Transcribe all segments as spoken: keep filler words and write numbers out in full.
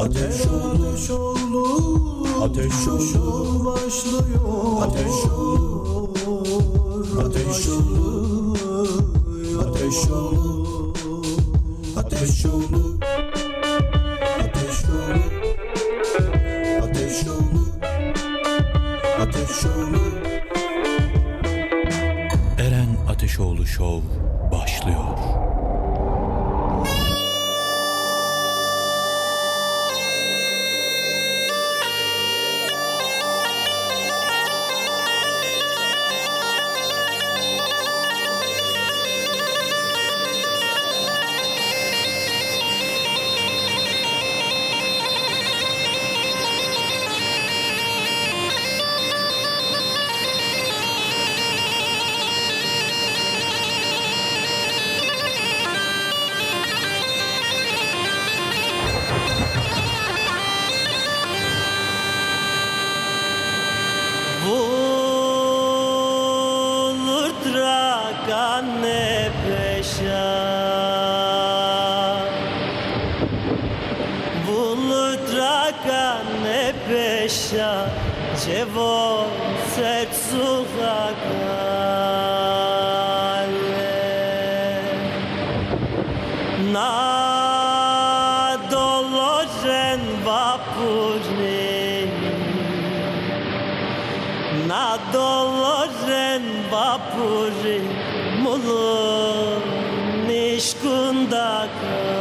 Ateş olur, ateş olur, başlıyor. Ateş olur, ateş olur, ateş olur, ateş olur, ateş olur, ateş olur, ateş olur. Eren Ateşoğlu Show başlıyor. Cevo sercu na doložen vapuri, na doložen vapuri, mulu nishkunda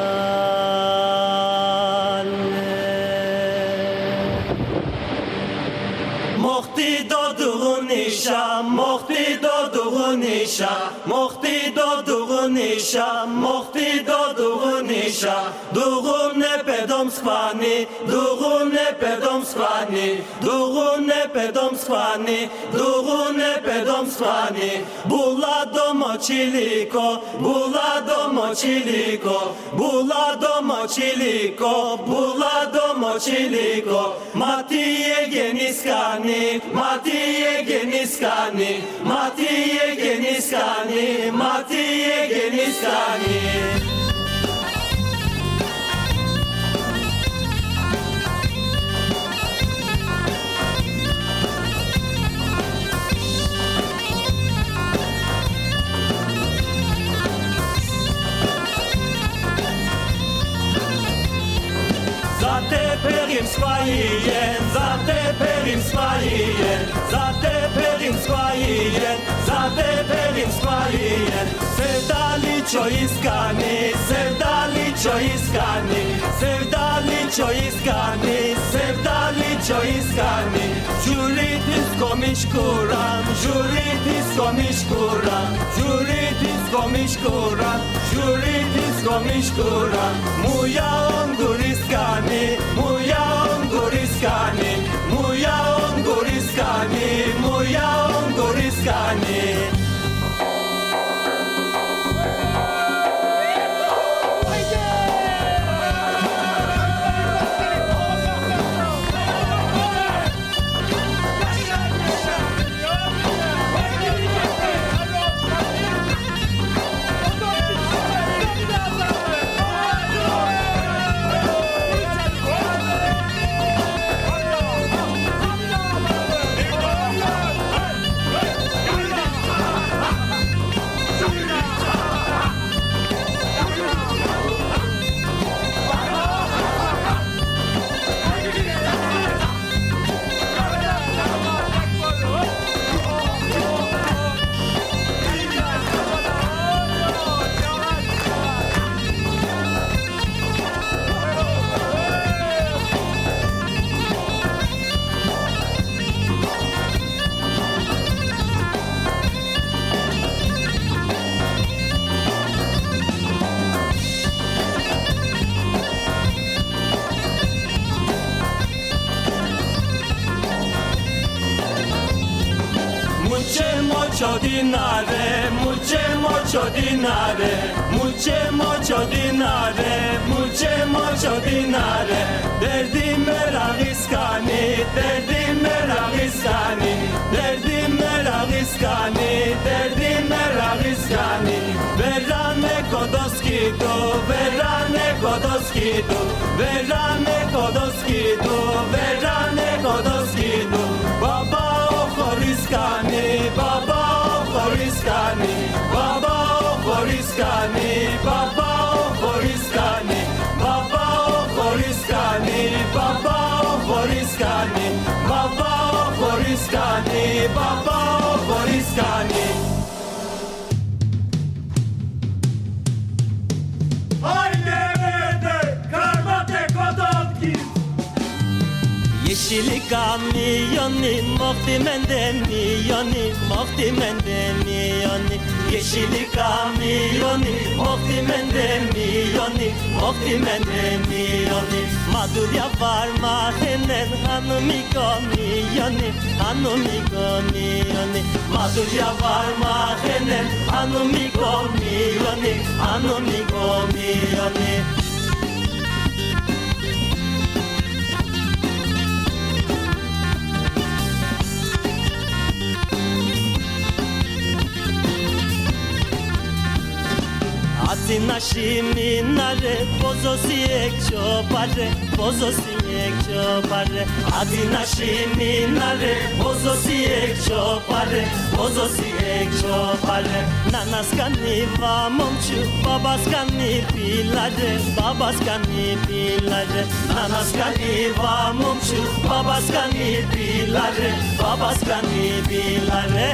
Mochti do durunisha, mochti do durunisha, mochti do durunisha, mochti do durunisha. Durune pedom skwani, durune pedom skwani, durune pedom skwani, durune pedom skwani. Bulado mochiliko, bulado mochiliko, bulado mochiliko, bulado mochiliko. Matiye geniskani, Matiye geniskani, Matiye geniskani, Matiye geniskani. Zate perim spajen, zate perim spajen, zate perim spajen, zate perim spajen. Sevdali čo iskani, sevdali čo iskani, sevdali čo iskani, sevdali čo iskani. Juritis komishkuran, juritis komishkuran, juritis komishkuran, juritis komishkuran. Muya onguriskani, muya onguriskani, muya onguriskani, muya onguriskani. mucho dinare, mucho mucho dinare, mucho mucho dinare, mucho mucho dinare. Derdim meragiskani, derdim meragiskani, derdim meragiskani, derdim meragiskani. Verane kodoskito, verane kodoskito. kodoskidu, verane kodoskidu, verane kodoskidu. Baba Horiskani, Baba Horiskani, Baba Horiskani, Baba Horiskani, Baba Horiskani, Baba Horiskani, Baba Horiskani, Baba Horiskani. Yeşili kamyoni, mokti mende miyoni, mokti mende miyoni. Yeşili kamyoni, mokti mende miyoni, mokti mende miyoni. Madhurya varma henen hanumiko miyoni, hanumiko miyoni. Madhurya varma henen hanumiko miyoni, hanumiko miyoni. Atina shiminare, pozo siek chopare, pozo siek chopare. Atina shiminare, pozo siek chopare, pozo siek chopare. Nanas kani va momchu, babas kani pilare, babas kani pilare. Nanas kani va momchu, babas kani pilare, babas kani pilare.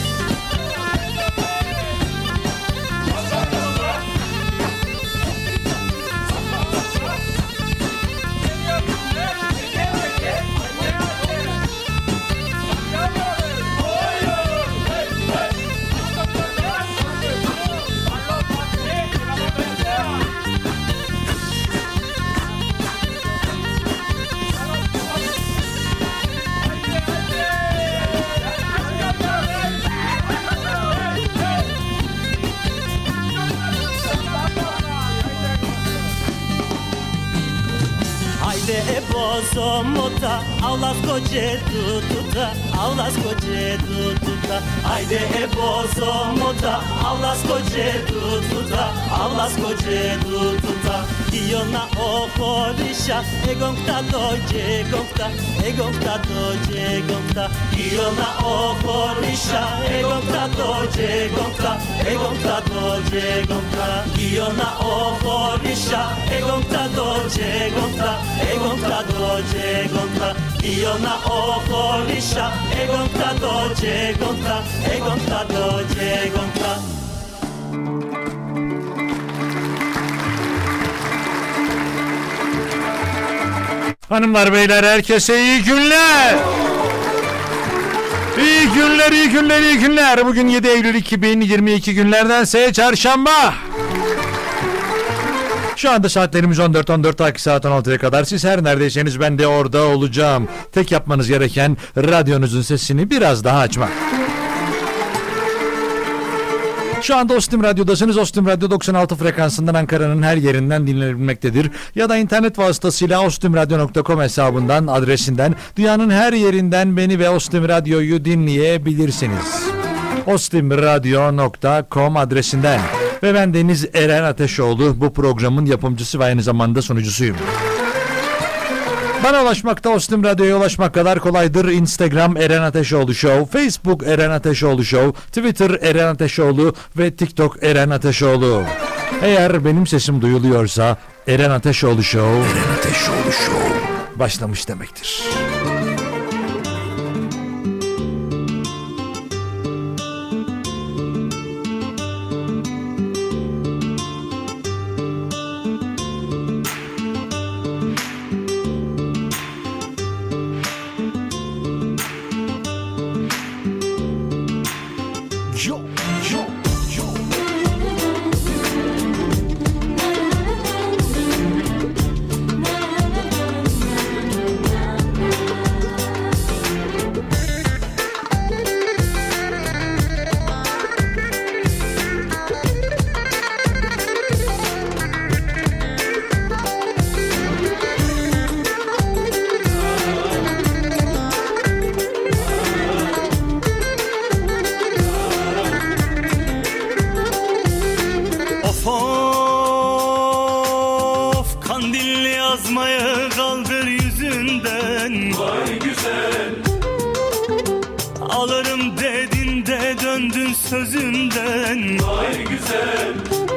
Bozo mota, avlas koce tututa, avlas koce tututa. Haydi e bozo mota, avlas koce tututa, avlas koce tututa. Diona o korisha, egonkta doje gonkta, egonkta doje gonkta. Diona o korisha, egonkta doje gonkta, egonkta doje gonkta. Diona o korisha, egonkta doje gonkta, egonkta doje gonkta. Diona o korisha, egonkta doje gonkta, egonkta doje gonkta. Hanımlar beyler herkese iyi günler. İyi günler, iyi günler, iyi günler. Bugün yedi Eylül iki bin yirmi iki günlerdense çarşamba. Şu anda saatlerimiz on dört on dört taki saat on altıya kadar. Siz her neredeyseniz ben de orada olacağım. Tek yapmanız gereken radyonuzun sesini biraz daha açmak. Şu anda Ostim Radyo'dasınız. Ostim Radyo doksan altı frekansından Ankara'nın her yerinden dinlenebilmektedir. Ya da internet vasıtasıyla ostimradyo nokta com hesabından, adresinden dünyanın her yerinden beni ve Ostim Radyo'yu dinleyebilirsiniz. ostimradyo nokta com adresinden. Ve ben Deniz Eren Ateşoğlu, bu programın yapımcısı ve aynı zamanda sunucusuyum. Bana ulaşmakta Ostim Radyo'ya ulaşmak kadar kolaydır. Instagram Eren Ateşoğlu Show, Facebook Eren Ateşoğlu Show, Twitter Eren Ateşoğlu ve TikTok Eren Ateşoğlu. Eğer benim sesim duyuluyorsa Eren Ateşoğlu Show, Eren Ateşoğlu Show başlamış demektir. yazmayı kaldır yüzünden. Vay güzel. Alırım dedin de döndün sözünden. Vay güzel.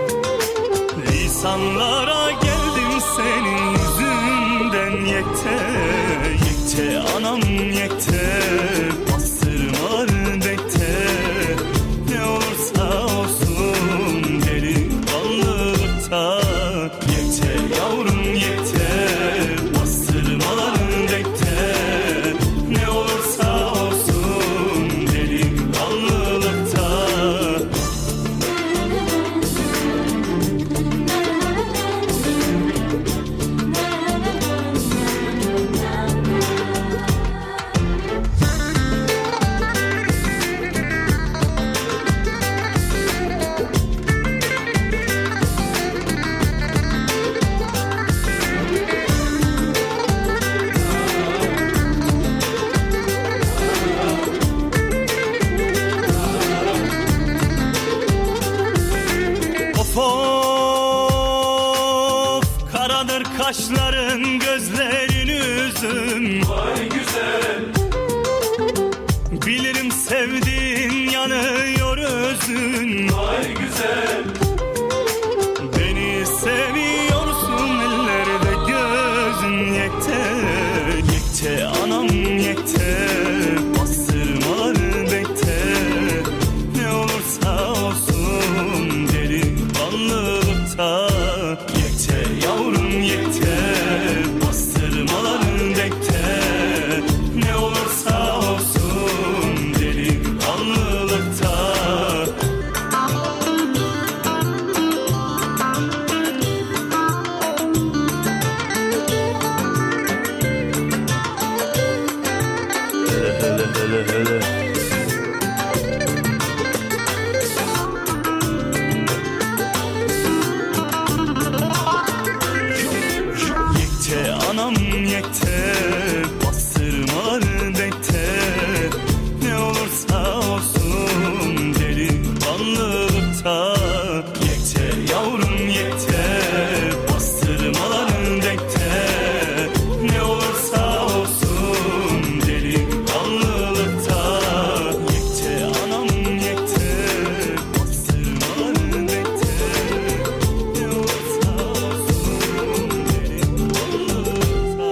Lisanlara geldim senin yüzünden. Yekte, yekte anam yekte. Bastırmalar bekte. Ne olursa olsun delikanlılıkta. Yekte yavrum yekte. Bastırmalar bekte. Ne olursa olsun delikanlılıkta. Of of, karadır kaşların, gözlerin üzüm. Vay güzel. Bilirim sevdiğin yanıyor özün. Vay güzel. Beni seviyorsun ellerde gözün. Yekte, yekte anam yekte. Bastırmalar bekte. Ne olursa olsun delikanlılıkta. Yekte yavrum yekte. Bastırmalar bekte. Ne olursa olsun delikanlılıkta. Hele hele hele hele. Yekte anam yekte. Bastırmalar bekte. Ne olursa olsun delikanlılıkta. Yekte yavrum yekte. Bastırmalar bekte. Ne olursa olsun delikanlılıkta. Yekte anam yekte. Bastırmalar bekte. Ne olursa olsun delikanlılıkta.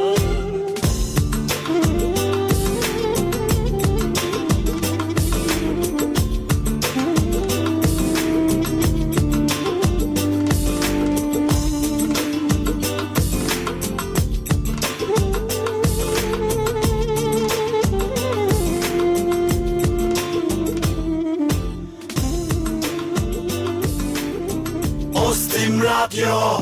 Ostim Radyo.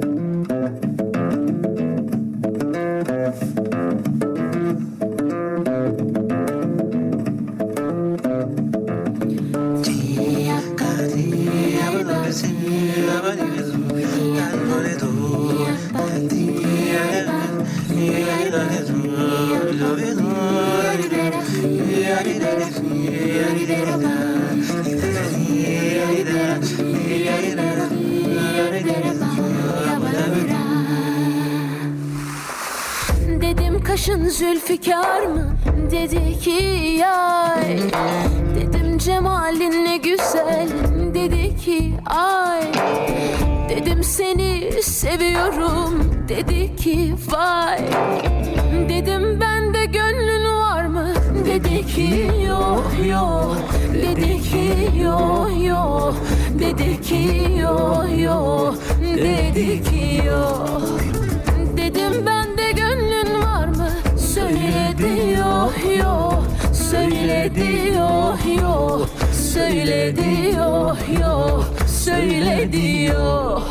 Dedim kaşın zülfikar mı? Dedi ki yay. Dedim cemalin ne güzel. Dedi ki ay. Dedim seni seviyorum. Dedi ki vay. Dedim bende gönlün var mı? Dedi ki yok yok. Dedi ki yok yok. Dedi ki yok yok. Dedi ki yok. Dedim bende gönlün var mı? Söyledi yok yok. Söyledi yok yok. Söyledi yok yok. Söyledi yok.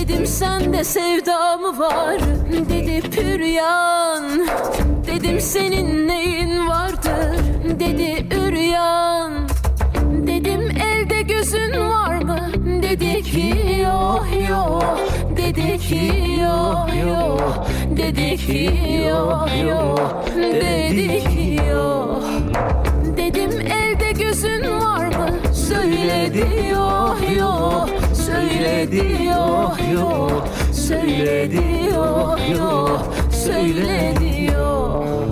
Dedim sende sevda mı var? Dedi püryan. Dedim senin neyin vardır? Dedi üryan. Dedim elde gözün var mı? Dedi ki yok yok. Dedi ki yok yok. Dedi ki yok yok. Dedi ki yok. Dedim elde gözün var mı? Söyledi yok yok. Söyledi yok yok. Söyledi yok yok. Söyledi yok.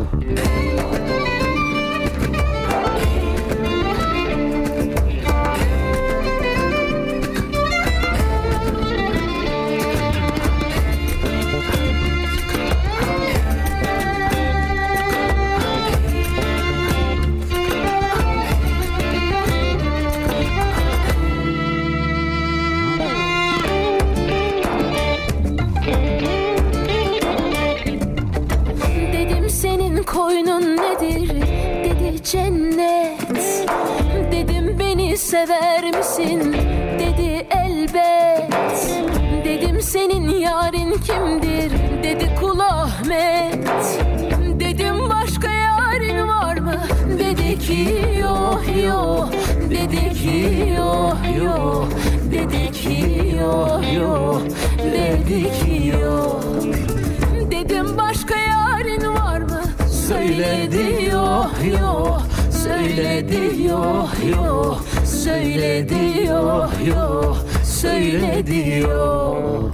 Koynun nedir? Dedi cennet. Dedim beni sever misin? Dedi elbet. Dedim senin yarın kimdir? Dedi Kul Ahmet. Dedim başka yarın var mı? Dedi ki yok yok. Dedi ki yok yok. Dedi ki yok yok. Dedi ki yok. Dedim başka yarın var mı? Söyledi yok yok. Söyledi yok yok. Söyledi yok yok. Söyledi yok.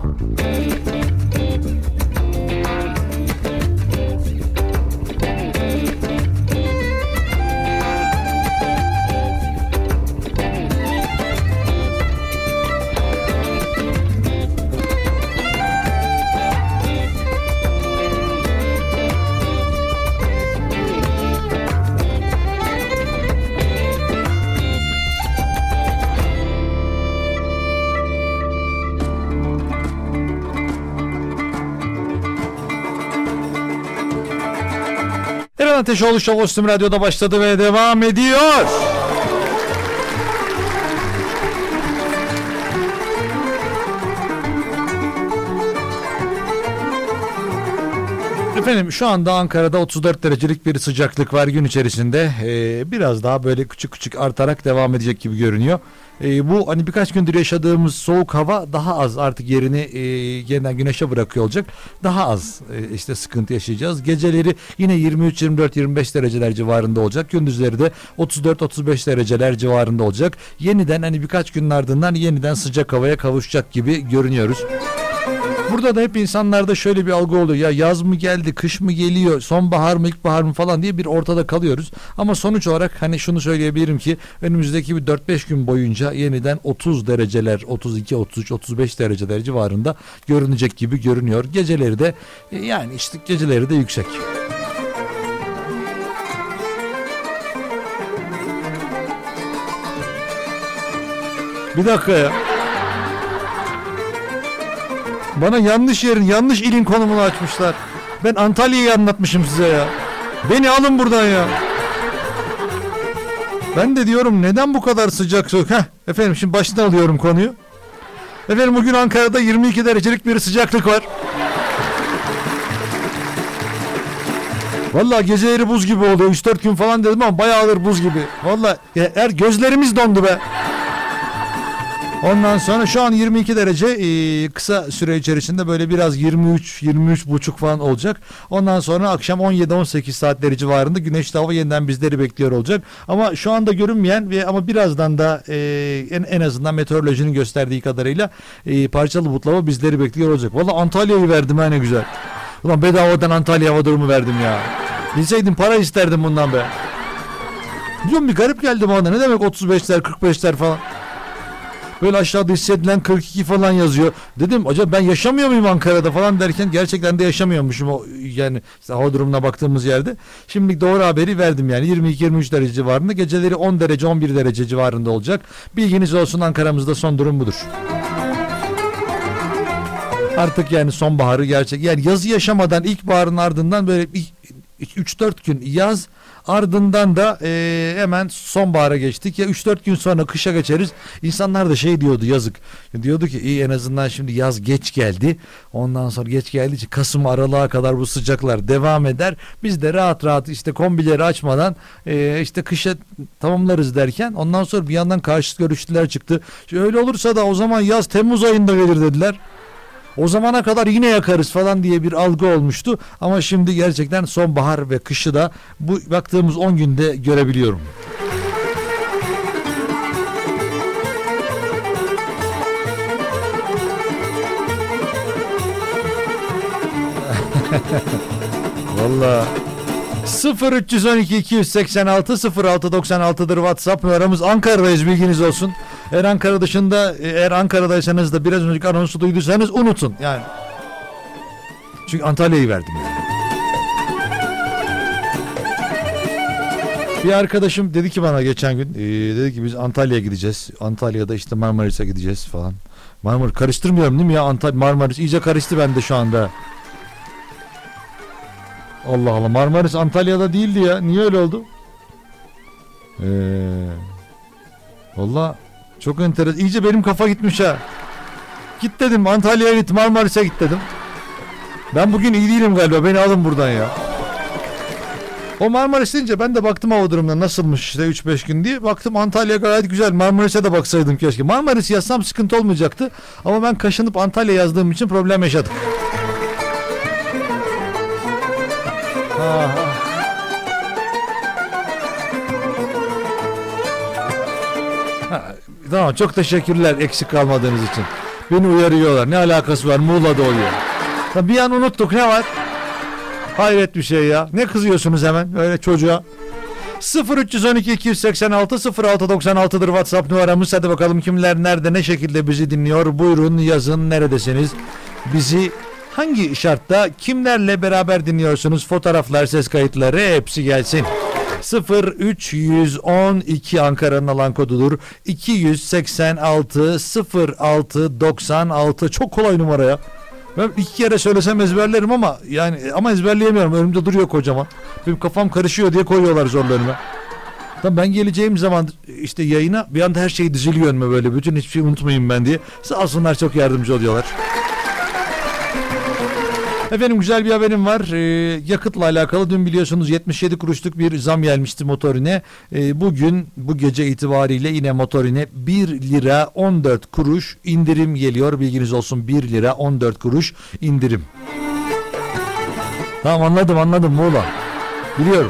Ateşoğlu Show Ostim Radyo'da başladı ve devam ediyor. Efendim şu anda Ankara'da otuz dört derecelik bir sıcaklık var gün içerisinde. Ee, biraz daha böyle küçük küçük artarak devam edecek gibi görünüyor. Ee, bu hani birkaç gündür yaşadığımız soğuk hava daha az artık yerini e, yeniden güneşe bırakıyor olacak. Daha az e, işte sıkıntı yaşayacağız. Geceleri yine yirmi üç yirmi dört yirmi beş dereceler civarında olacak. Gündüzleri de otuz dört otuz beş dereceler civarında olacak. Yeniden hani birkaç günün ardından yeniden sıcak havaya kavuşacak gibi görünüyoruz. Burada da hep insanlarda şöyle bir algı oluyor. Ya yaz mı geldi, kış mı geliyor, sonbahar mı, ilkbahar mı falan diye bir ortada kalıyoruz. Ama sonuç olarak hani şunu söyleyebilirim ki önümüzdeki bir dört beş gün boyunca yeniden otuz dereceler, otuz iki otuz üç otuz beş dereceler civarında görünecek gibi görünüyor. Geceleri de yani işte geceleri de yüksek. Bir dakika ya. Bana yanlış yerin, yanlış ilin konumunu açmışlar. Ben Antalya'yı anlatmışım size ya. Beni alın buradan ya. Ben de diyorum neden bu kadar sıcak soğuk? Heh, efendim şimdi baştan alıyorum konuyu. Efendim bugün Ankara'da yirmi iki derecelik bir sıcaklık var. Vallahi geceleri buz gibi oluyor. üç dört gün falan dedim ama bayağıdır buz gibi. Vallahi er gözlerimiz dondu be. Ondan sonra şu an yirmi iki derece, ee, kısa süre içerisinde böyle biraz yirmi üç yirmi üç buçuk falan olacak. Ondan sonra akşam on yedi on sekiz saatleri civarında güneşli hava yeniden bizleri bekliyor olacak. Ama şu anda görünmeyen ve ama birazdan da e, en, en azından meteorolojinin gösterdiği kadarıyla e, parçalı bulutlu hava bizleri bekliyor olacak. Vallahi Antalya'yı verdim ha, ne güzel. Ulan bedavadan Antalya hava durumu verdim ya. Bilseydim para isterdim bundan be. Diyorum bir garip geldi bana. Ne demek otuz beşler kırk beşler falan. Böyle aşağıda hissedilen kırk iki falan yazıyor. Dedim acaba ben yaşamıyor muyum Ankara'da falan derken gerçekten de yaşamıyormuşum o yani işte hava durumuna baktığımız yerde. Şimdi doğru haberi verdim yani yirmi iki yirmi üç derece civarında, geceleri on derece on bir derece civarında olacak. Bilginiz olsun, Ankara'mızda son durum budur. Artık yani sonbaharı gerçek yani yazı yaşamadan ilkbaharın ardından böyle üç dört gün yaz, Ardından da e, hemen sonbahara geçtik. Ya üç dört gün sonra kışa geçeriz. İnsanlar da şey diyordu, yazık. Diyordu ki iyi, en azından şimdi yaz geç geldi. Ondan sonra geç geldiği için Kasım Aralık'a kadar bu sıcaklar devam eder. Biz de rahat rahat işte kombileri açmadan e, işte kışa tamamlarız derken ondan sonra bir yandan karşıt görüşlüler çıktı. İşte öyle olursa da o zaman yaz Temmuz ayında gelir dediler. O zamana kadar yine yakarız falan diye bir algı olmuştu. Ama şimdi gerçekten sonbahar ve kışı da bu baktığımız on günde görebiliyorum. Vallahi sıfır üç on iki iki seksen altı sıfır altı doksan altı'dır WhatsApp numaramız. Ankara'dayız, bilginiz olsun. Eğer Ankara dışında, eğer Ankara'daysanız da biraz önceki anonsu duyduysanız unutun yani. Çünkü Antalya'yı verdim yani. Bir arkadaşım dedi ki bana geçen gün, e, dedi ki biz Antalya'ya gideceğiz. Antalya'da işte Marmaris'e gideceğiz falan. Marmaris karıştırmıyorum değil mi ya? Antalya Marmaris iyice karıştı bende şu anda. Allah Allah, Marmaris Antalya'da değildi ya. Niye öyle oldu? Eee Valla çok enteresan. İyice benim kafa gitmiş ha. Git dedim, Antalya'ya git, Marmaris'e git dedim. Ben bugün iyi değilim galiba, beni alın buradan ya. O Marmaris deyince ben de baktım hava durumuna nasılmış işte üç beş gün diye. Baktım Antalya gayet güzel, Marmaris'e de baksaydım keşke. Marmaris yazsam sıkıntı olmayacaktı. Ama ben kaşınıp Antalya yazdığım için problem yaşadım. Aha. Ha, tamam, çok teşekkürler eksik kalmadığınız için. Beni uyarıyorlar. Ne alakası var? Muğla'da oluyor. Bir an unuttuk, ne var? Hayret bir şey ya. Ne kızıyorsunuz hemen öyle çocuğa? sıfır üç on iki iki seksen altı sıfır altı doksan altı'dır WhatsApp numaramız. Hadi bakalım kimler nerede ne şekilde bizi dinliyor? Buyurun yazın, neredesiniz? Bizi hangi şartta kimlerle beraber dinliyorsunuz? Fotoğraflar, ses kayıtları hepsi gelsin. sıfır üç on iki Ankara'nın alan kodudur. iki seksen altı sıfır altı doksan altı çok kolay numara ya. Ben iki kere söylesem ezberlerim ama yani ama ezberleyemiyorum. Önümde duruyor kocaman. Benim kafam karışıyor diye koyuyorlar zorla önüme. Tam ben geleceğim zaman işte yayına bir anda her şey diziliyor önüme böyle. Bütün hiçbir şey unutmayayım ben diye. Sağ olsunlar, çok yardımcı oluyorlar. Efendim güzel bir haberim var. Ee, yakıtla alakalı dün biliyorsunuz yetmiş yedi kuruşluk bir zam gelmişti motorine. Ee, bugün bu gece itibariyle yine motorine bir lira on dört kuruş indirim geliyor. Bilginiz olsun, bir lira on dört kuruş indirim. Tamam, anladım anladım Muğla. Biliyorum.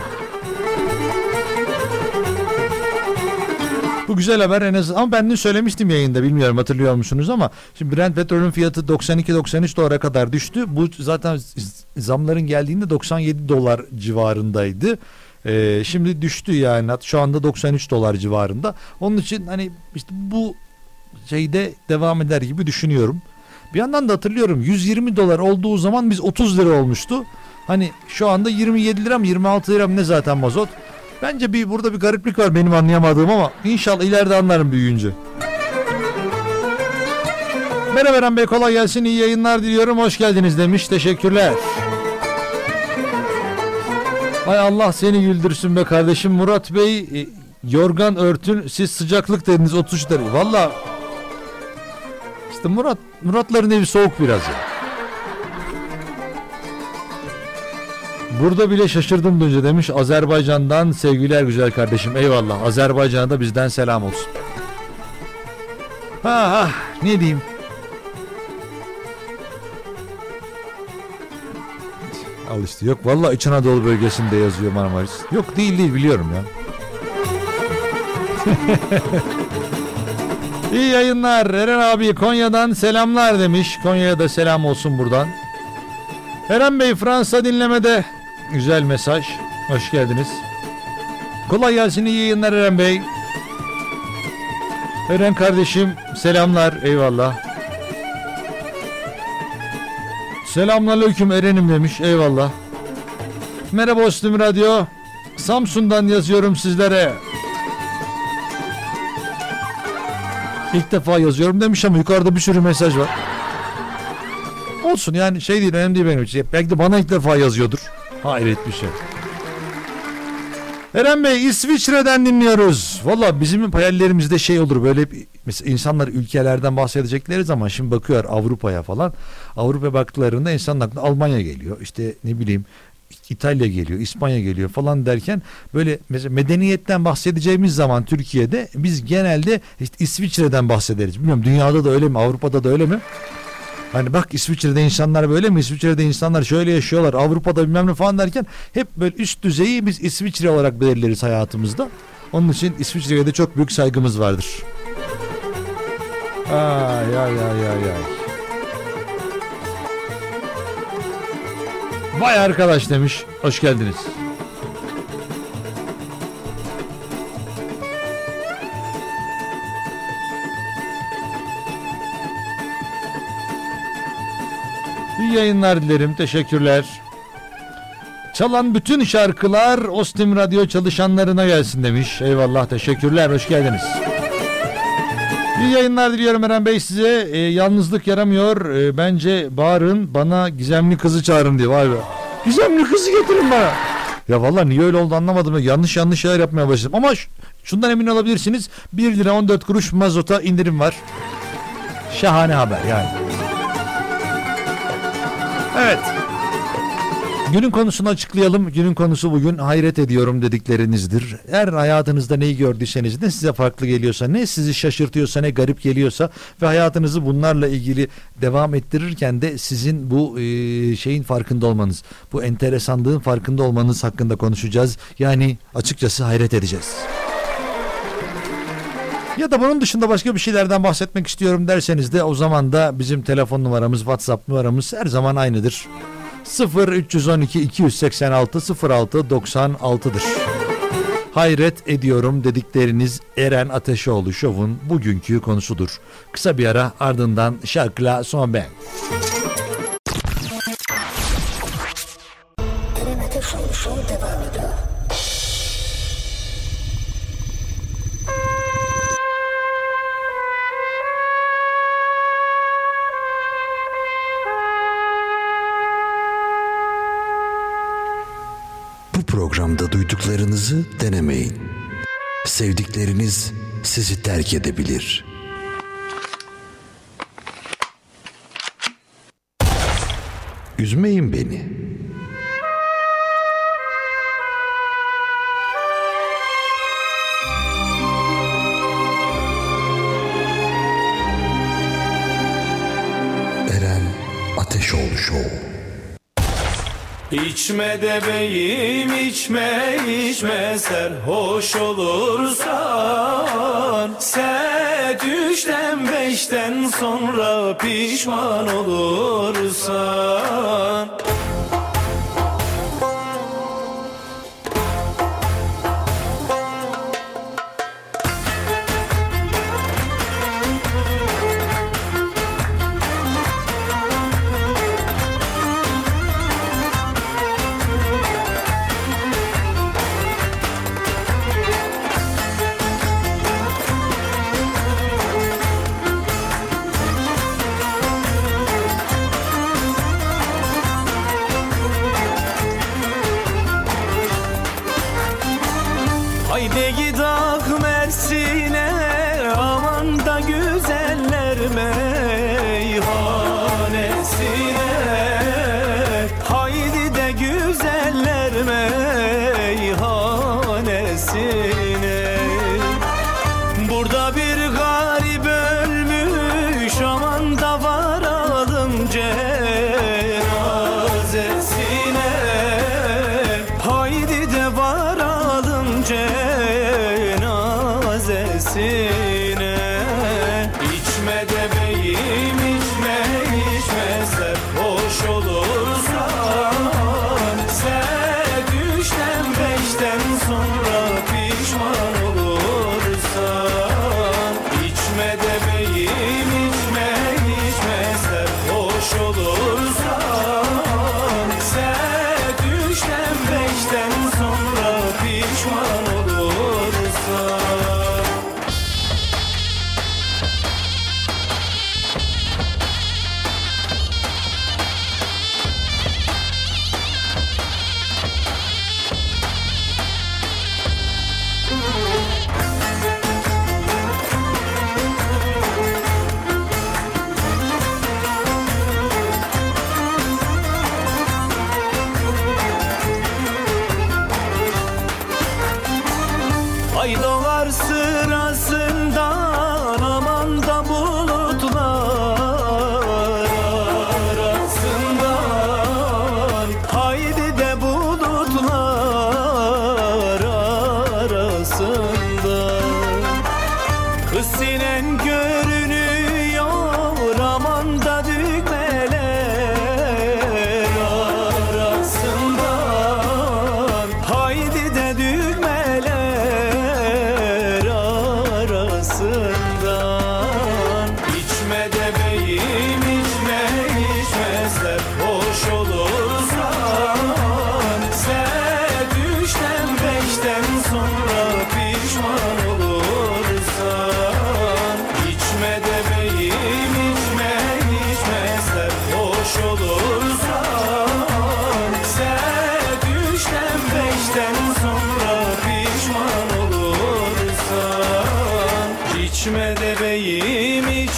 Bu güzel haber en azından, ama ben de söylemiştim yayında, bilmiyorum hatırlıyor musunuz ama şimdi Brent petrolün fiyatı doksan iki doksan üç dolara kadar düştü. Bu zaten zamların geldiğinde doksan yedi dolar civarındaydı. Ee, şimdi düştü yani, şu anda doksan üç dolar civarında. Onun için hani işte bu şeyde devam eder gibi düşünüyorum. Bir yandan da hatırlıyorum yüz yirmi dolar olduğu zaman biz otuz lira olmuştu. Hani şu anda yirmi yedi lira mı yirmi altı lira mı ne zaten mazot. Bence bir burada bir gariplik var benim anlayamadığım ama inşallah ileride anlarım büyüyünce. Merhaba Eren Bey, kolay gelsin, iyi yayınlar diliyorum, hoş geldiniz demiş, teşekkürler. Ay Allah seni güldürsün be kardeşim. Murat Bey, yorgan örtün, siz sıcaklık dediniz otuz üç derece. Valla işte Murat Muratların evi soğuk biraz ya. Burada bile şaşırdım önce demiş. Azerbaycan'dan sevgiler güzel kardeşim. Eyvallah. Azerbaycan'a da bizden selam olsun. Ha ha, ne diyeyim? Al işte, yok vallahi İç Anadolu bölgesinde yazıyor Marmaris. Yok değil değil, biliyorum ya. İyi yayınlar Eren abi, Konya'dan selamlar demiş. Konya'ya da selam olsun buradan. Eren Bey Fransa dinlemede. Güzel mesaj. Hoş geldiniz. Kolay gelsin, iyi yayınlar Eren Bey. Eren kardeşim selamlar, eyvallah. Selamünaleyküm Eren'im demiş, eyvallah. Merhaba Ostim Radyo. Samsun'dan yazıyorum sizlere. İlk defa yazıyorum demiş ama yukarıda bir sürü mesaj var. Olsun yani, şey değil, önemli değil benim için. Belki de bana ilk defa yazıyordur. Hayret bir şey. Eren Bey, İsviçre'den dinliyoruz. Valla bizim hayallerimizde şey olur böyle, mesela insanlar ülkelerden bahsedecekleri zaman şimdi bakıyor Avrupa'ya falan. Avrupa'ya baktıklarında insanın aklına Almanya geliyor. İşte ne bileyim İtalya geliyor, İspanya geliyor falan derken böyle mesela medeniyetten bahsedeceğimiz zaman Türkiye'de biz genelde işte İsviçre'den bahsederiz. Bilmiyorum dünyada da öyle mi, Avrupa'da da öyle mi? Hani bak İsviçre'de insanlar böyle mi? İsviçre'de insanlar şöyle yaşıyorlar. Avrupa'da bilmem ne falan derken hep böyle üst düzeyi biz İsviçre olarak belirleriz hayatımızda. Onun için İsviçre'ye de çok büyük saygımız vardır. Ay ay ay ay ay. Vay arkadaş demiş. Hoş geldiniz. İyi yayınlar dilerim. Teşekkürler. Çalan bütün şarkılar Ostim Radyo çalışanlarına gelsin demiş. Eyvallah, teşekkürler. Hoş geldiniz. İyi yayınlar diliyorum Eren Bey size. E, yalnızlık yaramıyor. E, bence bağırın, bana gizemli kızı çağırın diye. Vay be. Gizemli kızı getirin bana. Ya vallahi niye öyle oldu anlamadım. Ya. Yanlış yanlış şeyler yapmaya başladım. Ama ş- şundan emin olabilirsiniz. bir lira on dört kuruş mazota indirim var. Şahane haber yani. Evet. Günün konusunu açıklayalım. Günün konusu bugün hayret ediyorum dediklerinizdir. Eğer hayatınızda neyi gördüyseniz, ne size farklı geliyorsa, ne sizi şaşırtıyorsa, ne garip geliyorsa ve hayatınızı bunlarla ilgili devam ettirirken de sizin bu e, şeyin farkında olmanız, bu enteresanlığın farkında olmanız hakkında konuşacağız. Yani açıkçası hayret edeceğiz. Ya da bunun dışında başka bir şeylerden bahsetmek istiyorum derseniz de o zaman da bizim telefon numaramız, WhatsApp numaramız her zaman aynıdır. sıfır üç on iki iki seksen altı sıfır altı doksan altı'dır. Hayret ediyorum dedikleriniz Eren Ateşoğlu Show'un bugünkü konusudur. Kısa bir ara, ardından şarkıyla son ben. Eren Ateşoğlu Show devam ediyor. Bu programda duyduklarınızı denemeyin. Sevdikleriniz sizi terk edebilir. Üzmeyin beni. Eren Ateşoğlu Show. İçme de beyim içme içme serhoş olursan Set üçten beşten sonra pişman olursan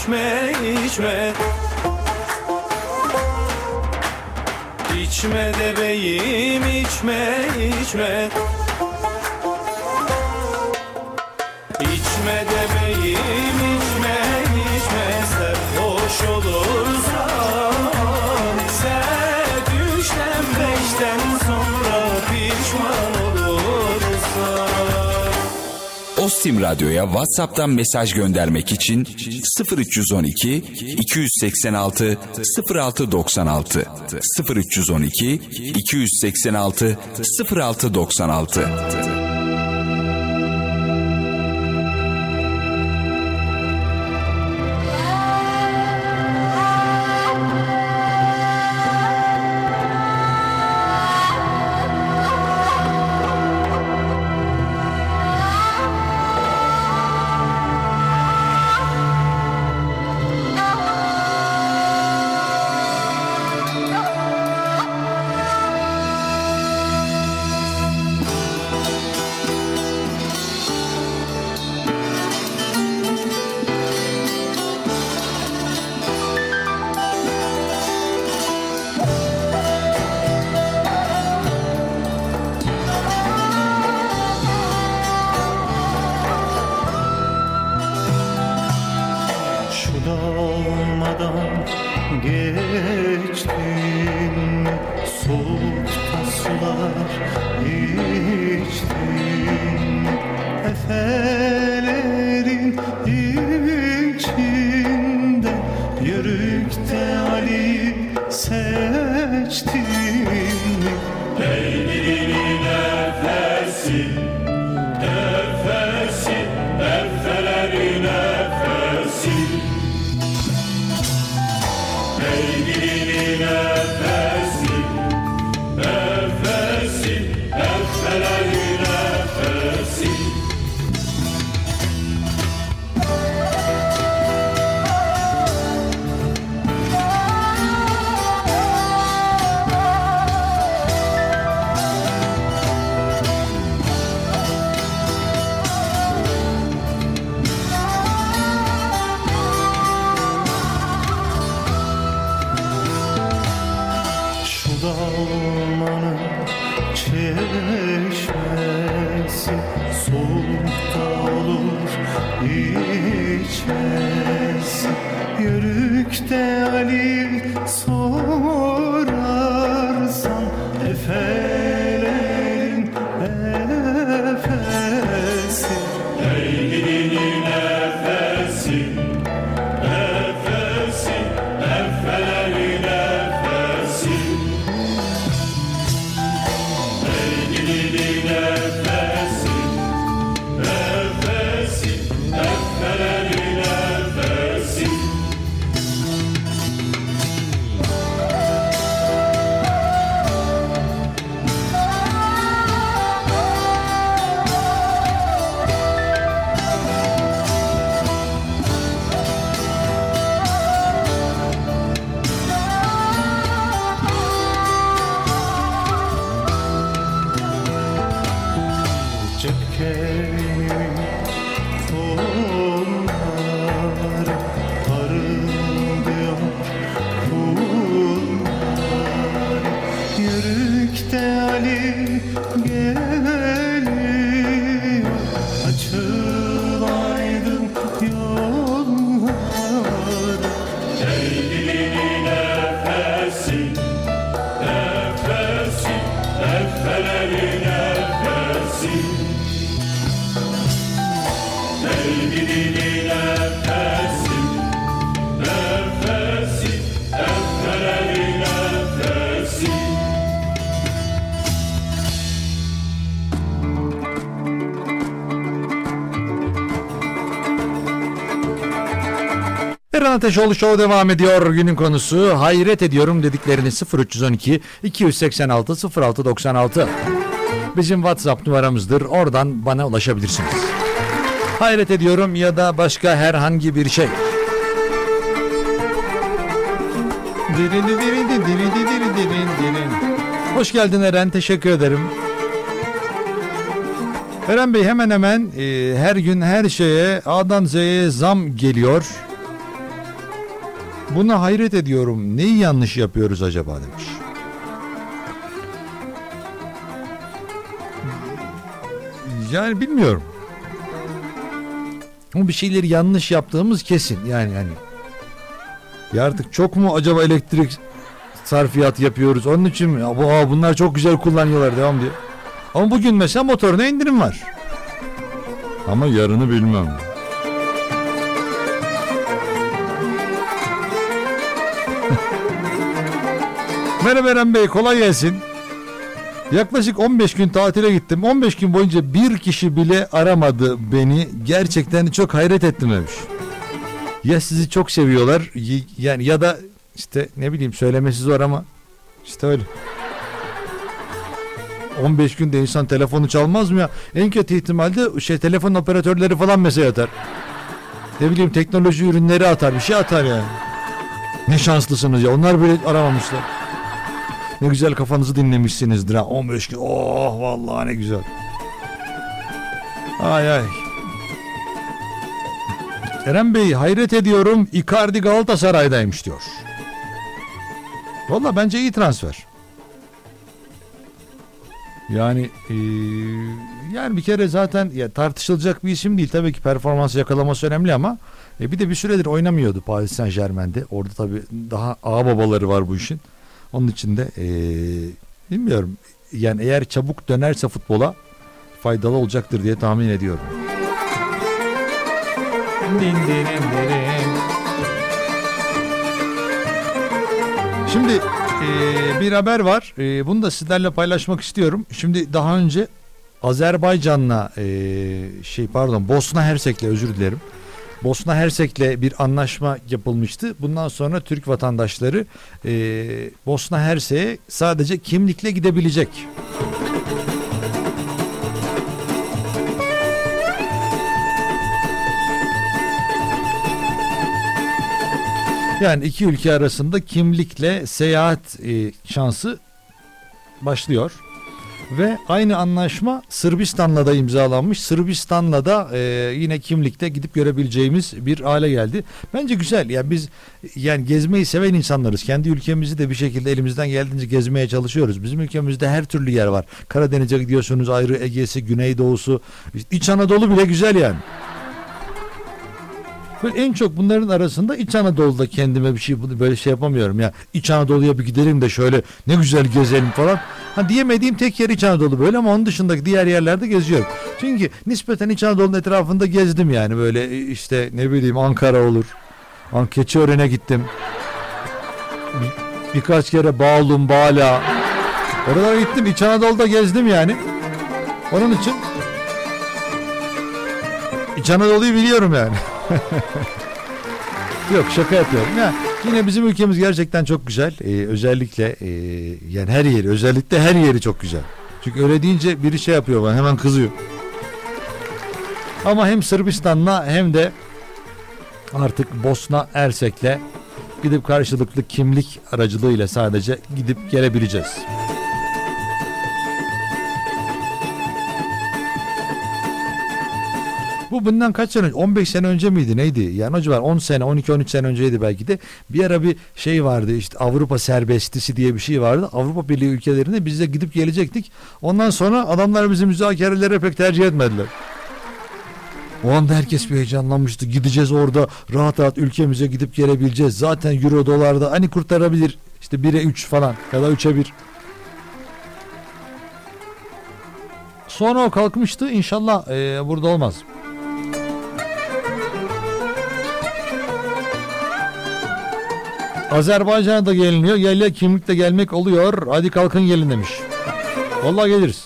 içme içme. İçme de beyim içme içme. İçme de beyim içme içme. Sarhoş olursan sen üçten beşten sonra pişman olursan. Ostim Radyo'ya WhatsApp'tan mesaj göndermek için sıfır üç on iki iki seksen altı sıfır altı doksan altı sıfır üç on iki iki seksen altı sıfır altı doksan altı. Eren Ateşoğlu Show devam ediyor. Günün konusu hayret ediyorum dediklerini sıfır üç on iki iki seksen altı sıfır altı doksan altı bizim WhatsApp numaramızdır. Oradan bana ulaşabilirsiniz. Hayret ediyorum ya da başka herhangi bir şey. Hoş geldin Eren, teşekkür ederim. Eren Bey, hemen hemen e, her gün her şeye A'dan Z'ye zam geliyor. Buna hayret ediyorum. Neyi yanlış yapıyoruz acaba demiş. Yani bilmiyorum. Ama bir şeyleri yanlış yaptığımız kesin. Yani hani ya artık çok mu acaba elektrik sarfiyat yapıyoruz? Onun için mi? Ya bu, aa, bunlar çok güzel kullanıyorlar, devam diyor. Ama bugün mesela motoruna indirim var. Ama yarını bilmem. Merhaba Eren Bey, kolay gelsin. Yaklaşık on beş gün tatile gittim. on beş gün boyunca bir kişi bile aramadı beni. Gerçekten çok hayret ettim demiş. Ya sizi çok seviyorlar yani ya da işte ne bileyim, söylemesi zor ama işte öyle. on beş günde insan telefonu çalmaz mı ya? En kötü ihtimalde şey telefon operatörleri falan mesaj atar. Ne bileyim, teknoloji ürünleri atar, bir şey atar yani. Ne şanslısınız ya, onlar bile aramamışlar. Ne güzel kafanızı dinlemişsinizdir ha. on beş gün. Oh vallahi ne güzel. Ay ay. Eren Bey, hayret ediyorum, Icardi Galatasaray'daymış diyor. Vallahi bence iyi transfer. Yani ee, yani bir kere zaten ya, tartışılacak bir isim değil. Tabii ki performansı yakalaması önemli ama e, bir de bir süredir oynamıyordu Paris Saint-Germain'de. Orada tabii daha ağababaları var bu işin. Onun için de ee, bilmiyorum. Yani eğer çabuk dönerse futbola faydalı olacaktır diye tahmin ediyorum. Şimdi ee, bir haber var. Ee, bunu da sizlerle paylaşmak istiyorum. Şimdi daha önce Azerbaycan'la ee, şey pardon Bosna Hersek'le özür dilerim. Bosna Hersek'le bir anlaşma yapılmıştı. Bundan sonra Türk vatandaşları ee, Bosna Hersek'e sadece kimlikle gidebilecek. Yani iki ülke arasında kimlikle seyahat e, şansı başlıyor. Ve aynı anlaşma Sırbistan'la da imzalanmış. Sırbistan'la da e, yine kimlikte gidip görebileceğimiz bir hale geldi. Bence güzel. Yani biz yani gezmeyi seven insanlarız. Kendi ülkemizi de bir şekilde elimizden geldiğince gezmeye çalışıyoruz. Bizim ülkemizde her türlü yer var. Karadeniz'e gidiyorsunuz ayrı, Ege'si, Güneydoğu'su, işte İç Anadolu bile güzel yani. Böyle en çok bunların arasında İç Anadolu'da kendime bir şey böyle şey yapamıyorum ya. İç Anadolu'ya bir gidelim de şöyle ne güzel gezelim falan. Ha diyemediğim tek yer İç Anadolu böyle ama onun dışındaki diğer yerlerde geziyorum. Çünkü nispeten İç Anadolu'nun etrafında gezdim yani böyle işte ne bileyim Ankara olur. Keçiören'e gittim. Bir, birkaç kere Bağlum, Bağla. Oralara gittim. İç Anadolu'da gezdim yani. Onun için İç Anadolu'yu biliyorum yani. Yok şaka yapıyorum ya. Yine bizim ülkemiz gerçekten çok güzel. Ee, özellikle e, yani her yeri, özellikle her yeri çok güzel. Çünkü öyle deyince biri şey yapıyor bana, hemen kızıyor. Ama hem Sırbistan'la hem de artık Bosna Hersek'le gidip karşılıklı kimlik aracılığıyla sadece gidip gelebileceğiz. Bu bundan kaç sene önce? on beş sene önce miydi neydi? Yani o civar on sene, on iki on üç sene önceydi belki de. Bir ara bir şey vardı işte Avrupa serbestisi diye bir şey vardı. Avrupa Birliği ülkelerine biz de gidip gelecektik. Ondan sonra adamlar bizi müzakerelere pek tercih etmediler. O anda herkes bir heyecanlanmıştı. Gideceğiz orada rahat rahat ülkemize gidip gelebileceğiz. Zaten euro dolarda hani kurtarabilir. İşte bire üç falan ya da üçe bir. Sonra o kalkmıştı. İnşallah e, burada olmaz. Azerbaycan'a da geliniyor. Gel kimlikle gelmek oluyor. Hadi kalkın gelin demiş. Vallahi geliriz.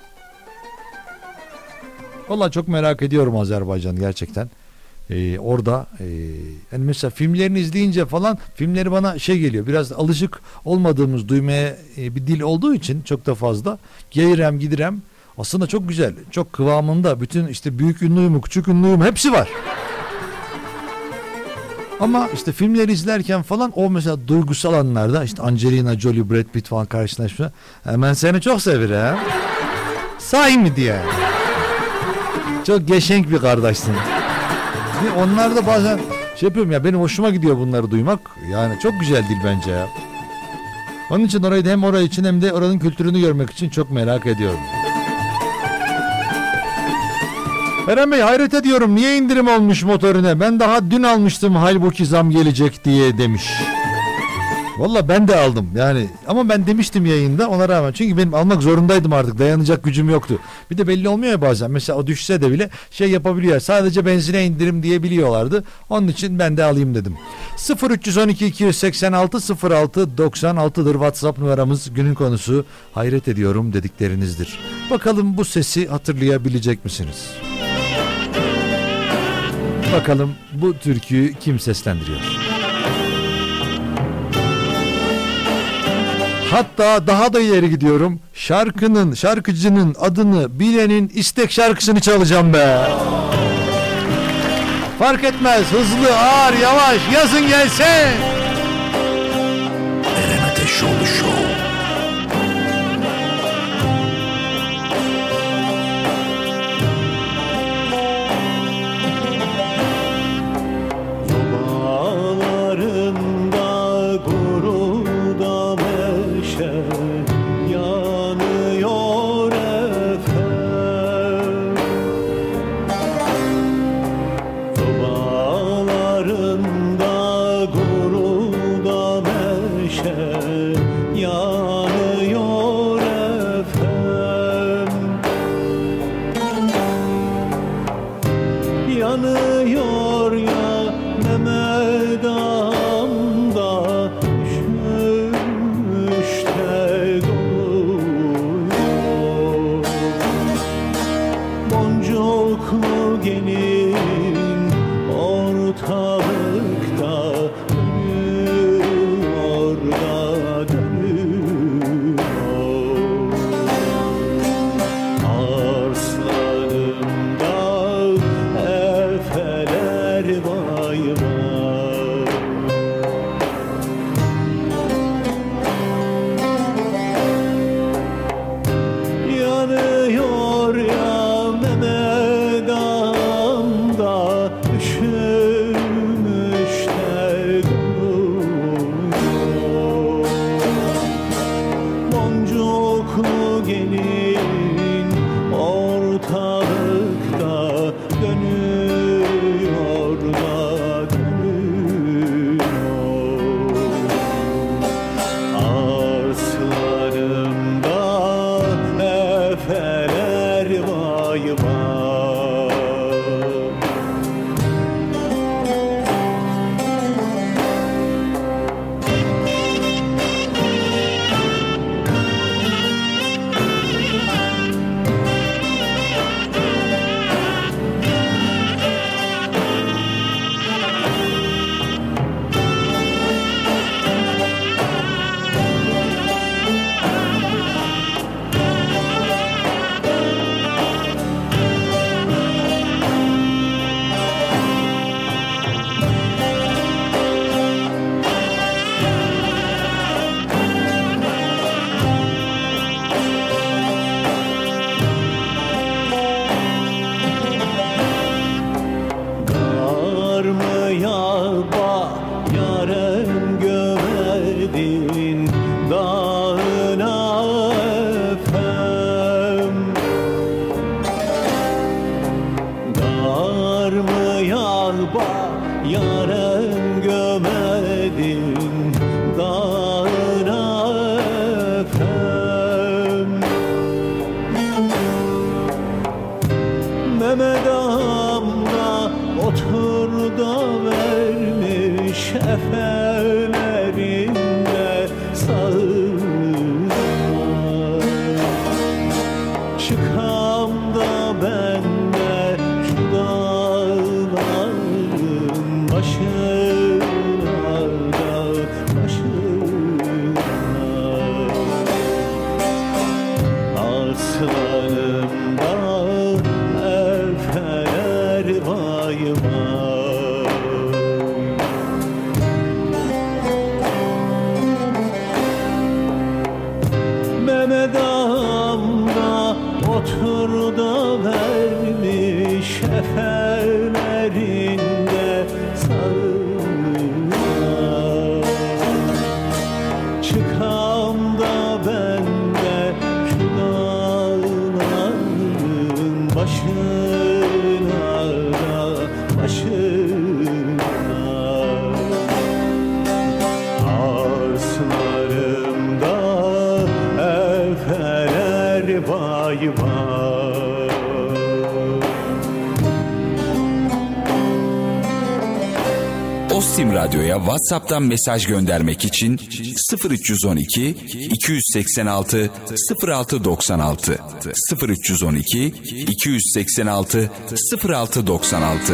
Vallahi çok merak ediyorum Azerbaycan gerçekten. Ee, orada e, yani mesela filmlerini izleyince falan filmleri bana şey geliyor. Biraz alışık olmadığımız duymaya e, bir dil olduğu için çok da fazla gelirem gidirem. Aslında çok güzel. Çok kıvamında. Bütün işte büyük ünlüyüm, küçük ünlüyüm hepsi var. Ama işte filmleri izlerken falan o mesela duygusal anlarda işte Angelina Jolie, Brad Pitt falan karşılaşma. Hemen seni çok sevir ha. Sahi mi diye. Çok geçenk bir kardeşsin. Onlar da bazen şey yapıyorum ya, benim hoşuma gidiyor bunları duymak. Yani çok güzel dil bence ya. Onun için orayı da hem orayı için hem de oranın kültürünü görmek için çok merak ediyorum. Eren Bey, hayret ediyorum, niye indirim olmuş motorine? Ben daha dün almıştım halbuki zam gelecek diye demiş. Valla ben de aldım yani, ama ben demiştim yayında ona rağmen, çünkü benim almak zorundaydım, artık dayanacak gücüm yoktu. Bir de belli olmuyor ya bazen, mesela o düşse de bile şey yapabiliyor, sadece benzine indirim diyebiliyorlardı, onun için ben de alayım dedim. sıfır üç on iki iki yüz seksen altı sıfır altı doksan altı'dır WhatsApp numaramız. Günün konusu hayret ediyorum dediklerinizdir. Bakalım bu sesi hatırlayabilecek misiniz? Bakalım bu türküyü kim seslendiriyor? Hatta daha da ileri gidiyorum. Şarkının, şarkıcının adını bilenin istek şarkısını çalacağım be. Fark etmez, hızlı, ağır, yavaş, yazın gelsin. Eren Ateşoğlu Show. Çıkam da ben de şu dağların başına da başına. Arslarımda efeler vay vay. Ostim Radyo'ya WhatsApp'tan mesaj göndermek için sıfır üç on iki iki yüz seksen altı sıfır altı doksan altı sıfır üç on iki iki yüz seksen altı sıfır altı doksan altı.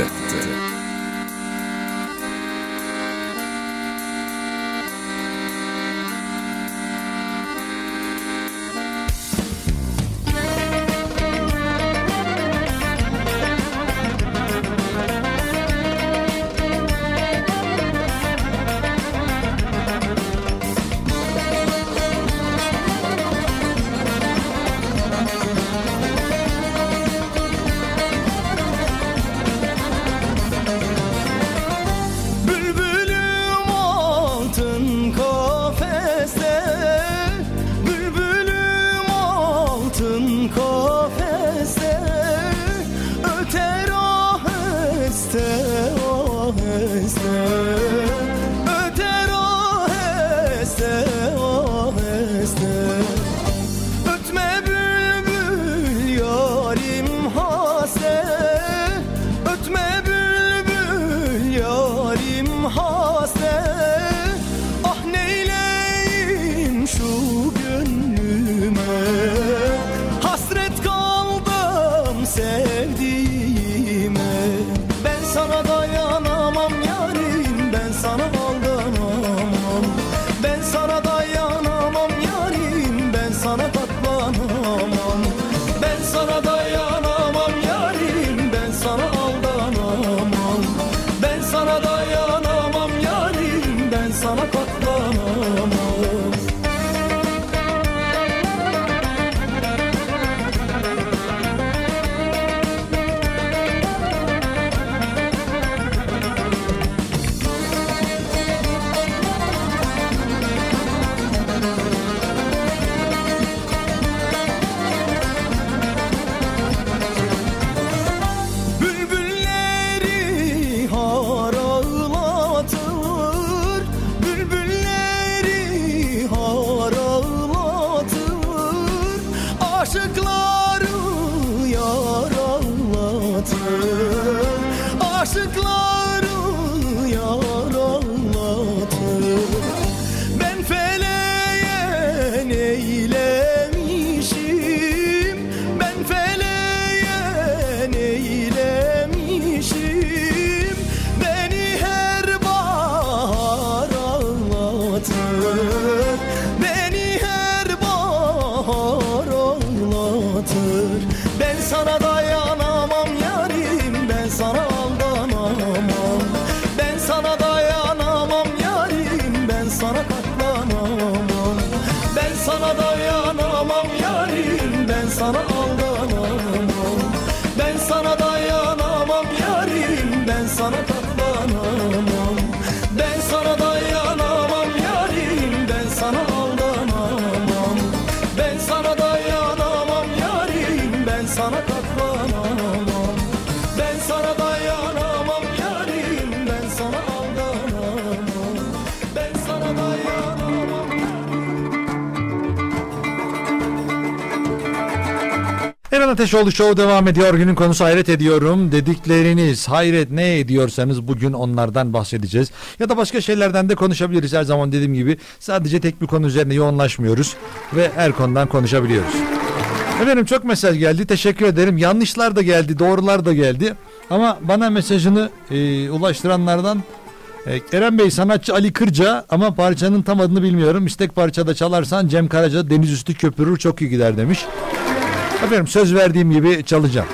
Eren Ateşoğlu Show devam ediyor. Günün konusu hayret ediyorum dedikleriniz. Hayret ne ediyorsanız bugün onlardan bahsedeceğiz. Ya da başka şeylerden de konuşabiliriz. Her zaman dediğim gibi sadece tek bir konu üzerine yoğunlaşmıyoruz. Ve her konudan konuşabiliyoruz. Efendim çok mesaj geldi. Teşekkür ederim. Yanlışlar da geldi. Doğrular da geldi. Ama bana mesajını e, ulaştıranlardan e, Eren Bey sanatçı Ali Kırca ama parçanın tam adını bilmiyorum. İstek parçada çalarsan Cem Karaca Deniz Üstü Köpürür çok iyi gider demiş. Efendim söz verdiğim gibi çalacağım.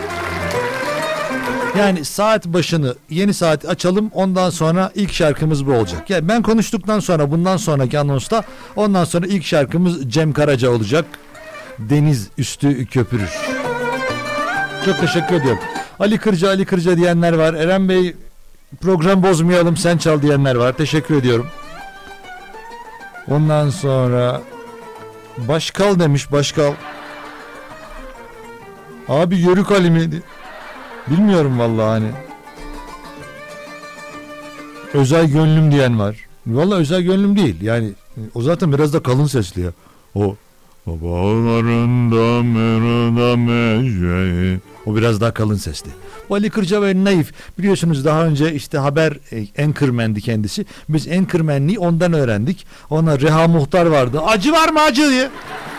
Yani saat başını yeni saat açalım, ondan sonra ilk şarkımız bu olacak. Yani ben konuştuktan sonra bundan sonraki anonsta ondan sonra ilk şarkımız Cem Karaca olacak. Deniz Üstü Köpürür. Çok teşekkür ediyorum. Ali Kırca Ali Kırca diyenler var. Eren Bey program bozmayalım sen çal diyenler var. Teşekkür ediyorum. Ondan sonra Başkal demiş, Başkal. Abi Yörük Ali miydi? Bilmiyorum vallahi hani. Özel gönlüm diyen var. Vallahi özel gönlüm değil. Yani o zaten biraz da kalın sesli ya. O Bağlarında merada mecre. O biraz daha kalın sesli. Bu Ali Kırca ve Naif. Biliyorsunuz daha önce işte haber e, anchorman'di kendisi. Biz anchorman'liği ondan öğrendik. Ona Reha Muhtar vardı. Acı var mı acı diye.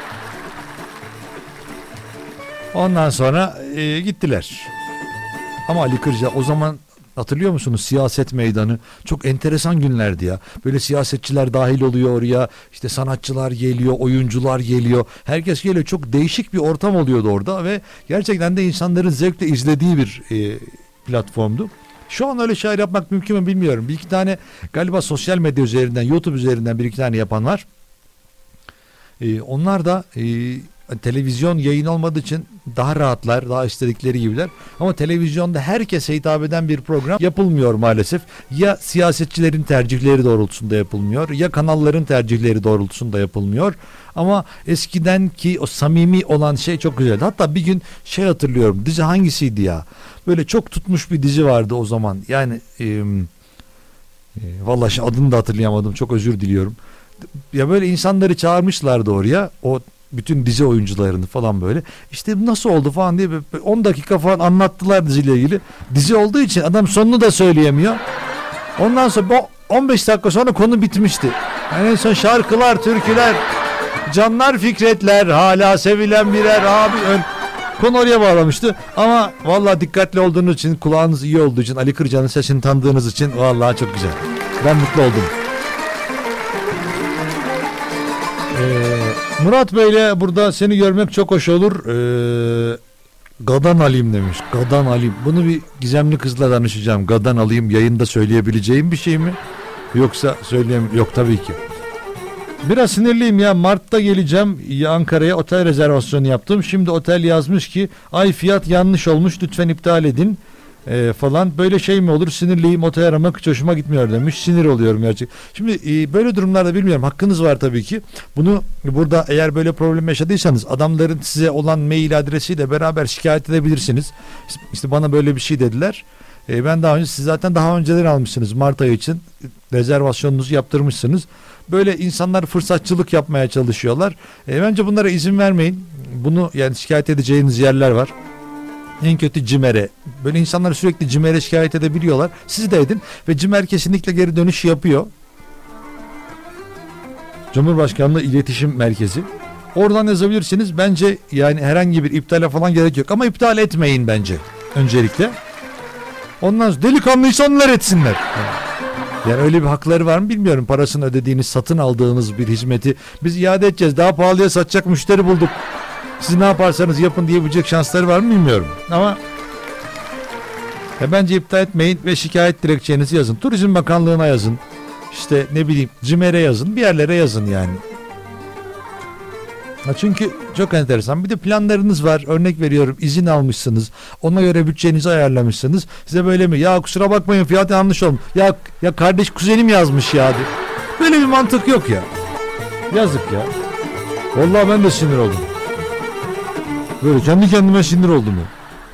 Ondan sonra e, gittiler. Ama Ali Kırca o zaman hatırlıyor musunuz siyaset meydanı? Çok enteresan günlerdi ya. Böyle siyasetçiler dahil oluyor oraya. İşte sanatçılar geliyor, oyuncular geliyor. Herkes geliyor. Çok değişik bir ortam oluyordu orada ve gerçekten de insanların zevkle izlediği bir e, platformdu. Şu an öyle şeyler yapmak mümkün mü bilmiyorum. Bir iki tane galiba sosyal medya üzerinden, YouTube üzerinden bir iki tane yapan var. E, onlar da e, televizyon yayın olmadığı için daha rahatlar, daha istedikleri gibiler. Ama televizyonda herkese hitap eden bir program yapılmıyor maalesef. Ya siyasetçilerin tercihleri doğrultusunda yapılmıyor, ya kanalların tercihleri doğrultusunda yapılmıyor. Ama eskiden ki o samimi olan şey çok güzeldi. Hatta bir gün şey hatırlıyorum, dizi hangisiydi ya? Böyle çok tutmuş bir dizi vardı o zaman. Yani e, e, vallahi adını da hatırlayamadım, çok özür diliyorum. Ya böyle insanları çağırmışlardı oraya, o bütün dizi oyuncularını falan böyle. İşte nasıl oldu falan diye on dakika falan anlattılar diziyle ilgili. Dizi olduğu için adam sonunu da söyleyemiyor. Ondan sonra on beş dakika sonra konu bitmişti. Yani en son şarkılar, türküler, canlar Fikretler, hala sevilen birer abi. Ön... Konu oraya bağlamıştı. Ama vallahi dikkatli olduğunuz için, kulağınız iyi olduğu için, Ali Kırca'nın sesini tanıdığınız için vallahi çok güzel. Ben mutlu oldum. Ee, Murat Bey'le burada seni görmek çok hoş olur. Ee, Gadan alayım demiş. Gadan alayım. Bunu bir gizemli kızla danışacağım. Gadan alayım yayında söyleyebileceğim bir şey mi? Yoksa söyleyeyim. Yok tabii ki. Biraz sinirliyim ya. Mart'ta geleceğim ya Ankara'ya, otel rezervasyonu yaptım. Şimdi otel yazmış ki ay fiyat yanlış olmuş, lütfen iptal edin. E, falan böyle şey mi olur, sinirliyim, otel aramak hiç hoşuma gitmiyor demiş. Sinir oluyorum gerçekten. Şimdi e, böyle durumlarda bilmiyorum, hakkınız var tabii ki. Bunu burada eğer böyle problem yaşadıysanız adamların size olan mail adresiyle beraber şikayet edebilirsiniz. İşte bana böyle bir şey dediler. E, ben daha önce, siz zaten daha önceden almışsınız Mart ayı için rezervasyonunuzu yaptırmışsınız. Böyle insanlar fırsatçılık yapmaya çalışıyorlar. E, bence bunlara izin vermeyin. Bunu yani şikayet edeceğiniz yerler var. En kötü CİMER'e. Böyle insanlar sürekli CİMER'e şikayet edebiliyorlar. Siz de edin. Ve CİMER kesinlikle geri dönüş yapıyor. Cumhurbaşkanlığı İletişim Merkezi. Oradan yazabilirsiniz. Bence yani herhangi bir iptale falan gerek yok. Ama iptal etmeyin bence. Öncelikle. Ondan sonra delikanlı insanlar etsinler. Yani öyle bir hakları var mı bilmiyorum. Parasını ödediğiniz, satın aldığınız bir hizmeti biz iade edeceğiz. Daha pahalıya satacak müşteri bulduk. Siz ne yaparsanız yapın diyebilecek şansları var mı bilmiyorum. Ama ya bence iptal etmeyin ve şikayet dilekçenizi yazın. Turizm Bakanlığı'na yazın. İşte ne bileyim CİMER'e yazın. Bir yerlere yazın yani. Ha çünkü çok enteresan. Bir de planlarınız var. Örnek veriyorum, izin almışsınız. Ona göre bütçenizi ayarlamışsınız. Size böyle mi? Ya kusura bakmayın, fiyat yanlış olmuş. Ya ya kardeş kuzenim yazmış ya. Böyle bir mantık yok ya. Yazık ya. Vallahi ben de sinir oldum. Böyle kendi kendime sinir oldum ya.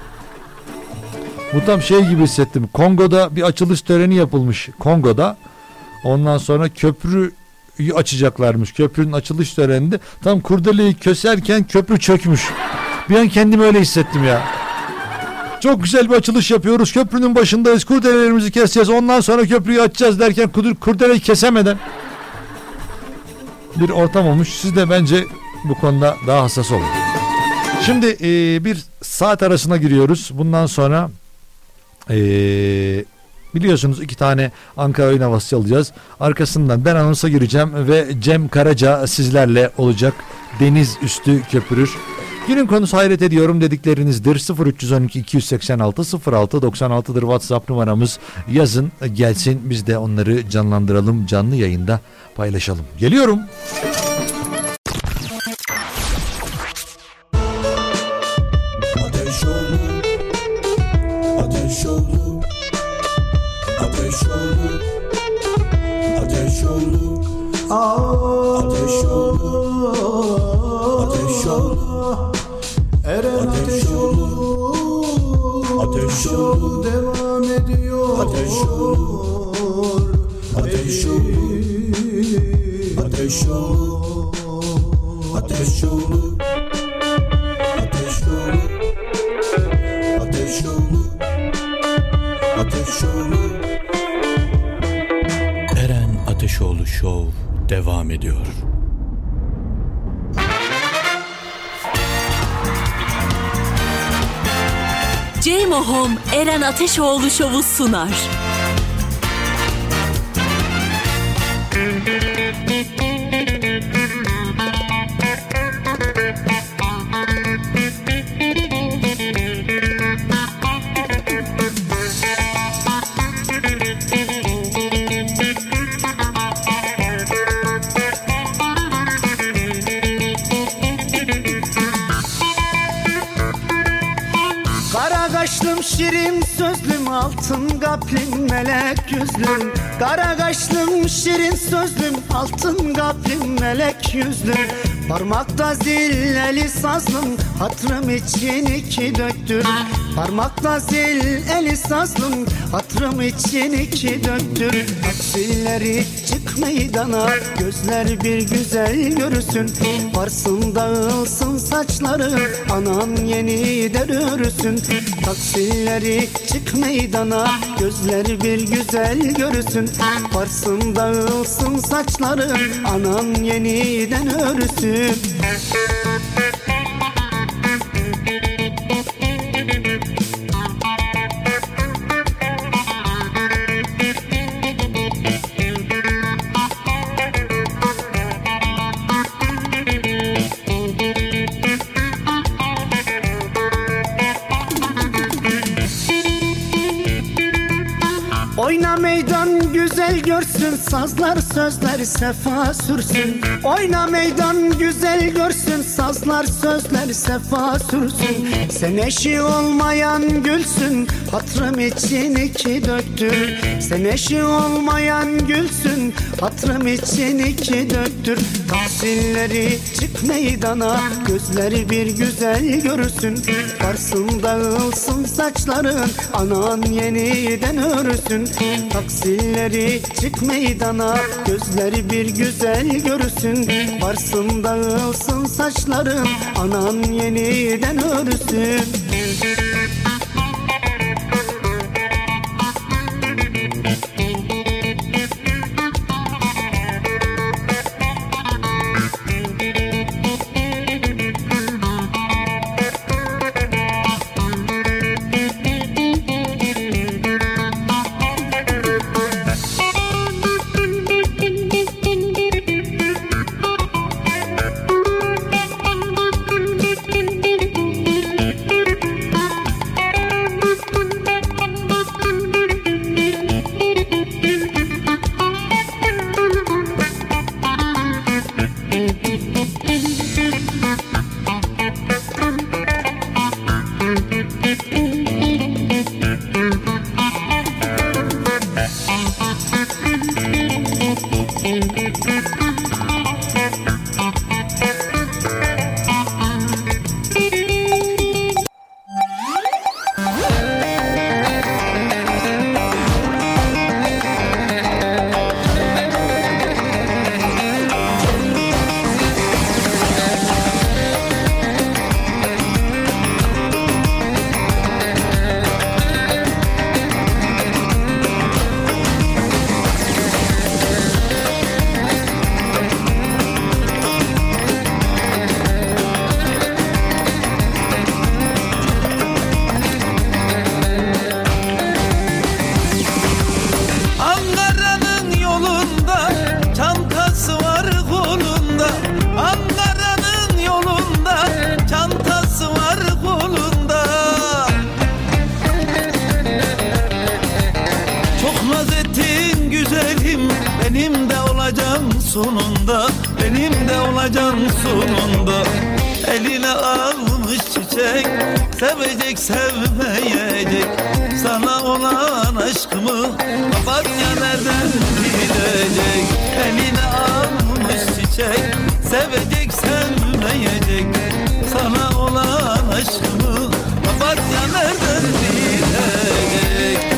Bu tam şey gibi hissettim. Kongo'da bir açılış töreni yapılmış. Kongo'da. Ondan sonra köprüyü açacaklarmış. Köprünün açılış töreninde tam kurdeleyi keserken köprü çökmüş. Bir an kendimi öyle hissettim ya. Çok güzel bir açılış yapıyoruz. Köprünün başındayız. Kurdelelerimizi keseceğiz. Ondan sonra köprüyü açacağız derken kurdeleyi kesemeden bir ortam olmuş. Siz de bence bu konuda daha hassas olun. Şimdi e, bir saat arasına giriyoruz. Bundan sonra e, biliyorsunuz iki tane Ankara oyun havası çalacağız. Arkasından ben anonsa gireceğim ve Cem Karaca sizlerle olacak. Deniz üstü köpürür. Günün konusu hayret ediyorum dediklerinizdir. sıfır üç on iki iki seksen altı sıfır altı doksan altı'dır WhatsApp numaramız. Yazın gelsin, biz de onları canlandıralım, canlı yayında paylaşalım. Geliyorum. Oh Ateş yolu, ateş yolu, Eren ateş yolu, ateş yolu devam ediyor. Ateş yolu, ateş yolu, ateş yolu, ateş yolu, ateş yolu, ateş yolu, ateş yolu. Eren Ateşoğlu Show devam ediyor. Ceymo Home Eren Ateşoğlu Show'u sunar. Kaşlım şirin sözlüm altın kaplim melek yüzlüm. Kara kaşlım şirin sözlüm altın kaplim melek yüzlüm. Parmakta zil eli sazlım hatırım için iki döktür. Parmakta zil eli sazlım hatırım için iki döktür. Aksilleri çık meydana gözler bir güzel görürsün. Varsın dağılsın saçları anan yeniden örüsün. Taksilleri çık meydana gözler bir güzel görürsün. Varsın dağılsın saçları anan yeniden örüsün. Oyna meydan güzel görsün, sazlar sözler sefa sürsün. Oyna meydan güzel görsün, sazlar sözler sefa sürsün. Sen eşi olmayan gülsün, hatırım için iki döktür. Sen eşi olmayan gülsün, hatırım için iki döktür. Tahsilleri çık meydana, gözleri bir güzel görürsün. Varsın dağılsın saçların, anan yeniden örüsün. Taksilleri çık meydana, gözleri bir güzel görürsün. Varsın dağılsın saçların, anan yeniden örüsün. Sonunda benim de olacaksın sonunda. Eline almış çiçek, sevecek sevmeyecek. Sana olan aşkımı papatya nereden gidecek? Eline almış çiçek, sevecek sevmeyecek, sana olan aşkımı papatya nereden bilecek?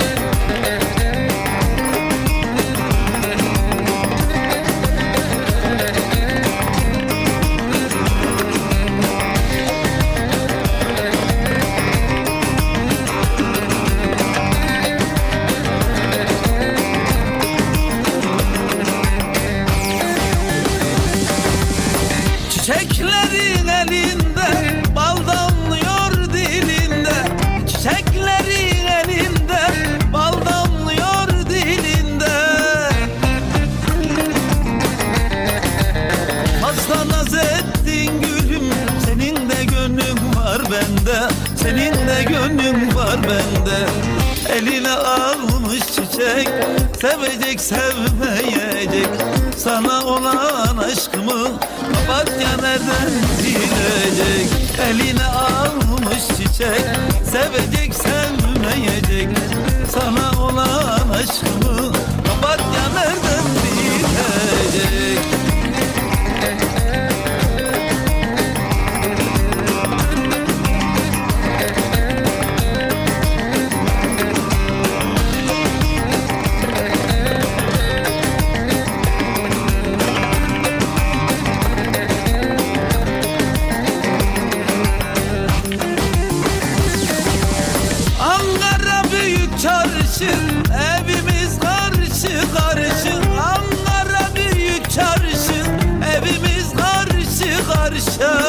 Çiçeklerin elinde, bal damlıyor dilinde. Çiçeklerin elinde, bal damlıyor dilinde. Fazla naz ettin gülüm, senin de gönlün var bende. Senin de gönlün var bende. Eline almış çiçek, sevecek sevmeyecek, sana olan aşkımı papatya nereden bilecek? Eline almış çiçek, sevecek sevmeyecek, sana olan aşkımı papatya nereden bilecek? Evimiz karşı karşı, Ankara büyük çarşı, evimiz karşı karşı.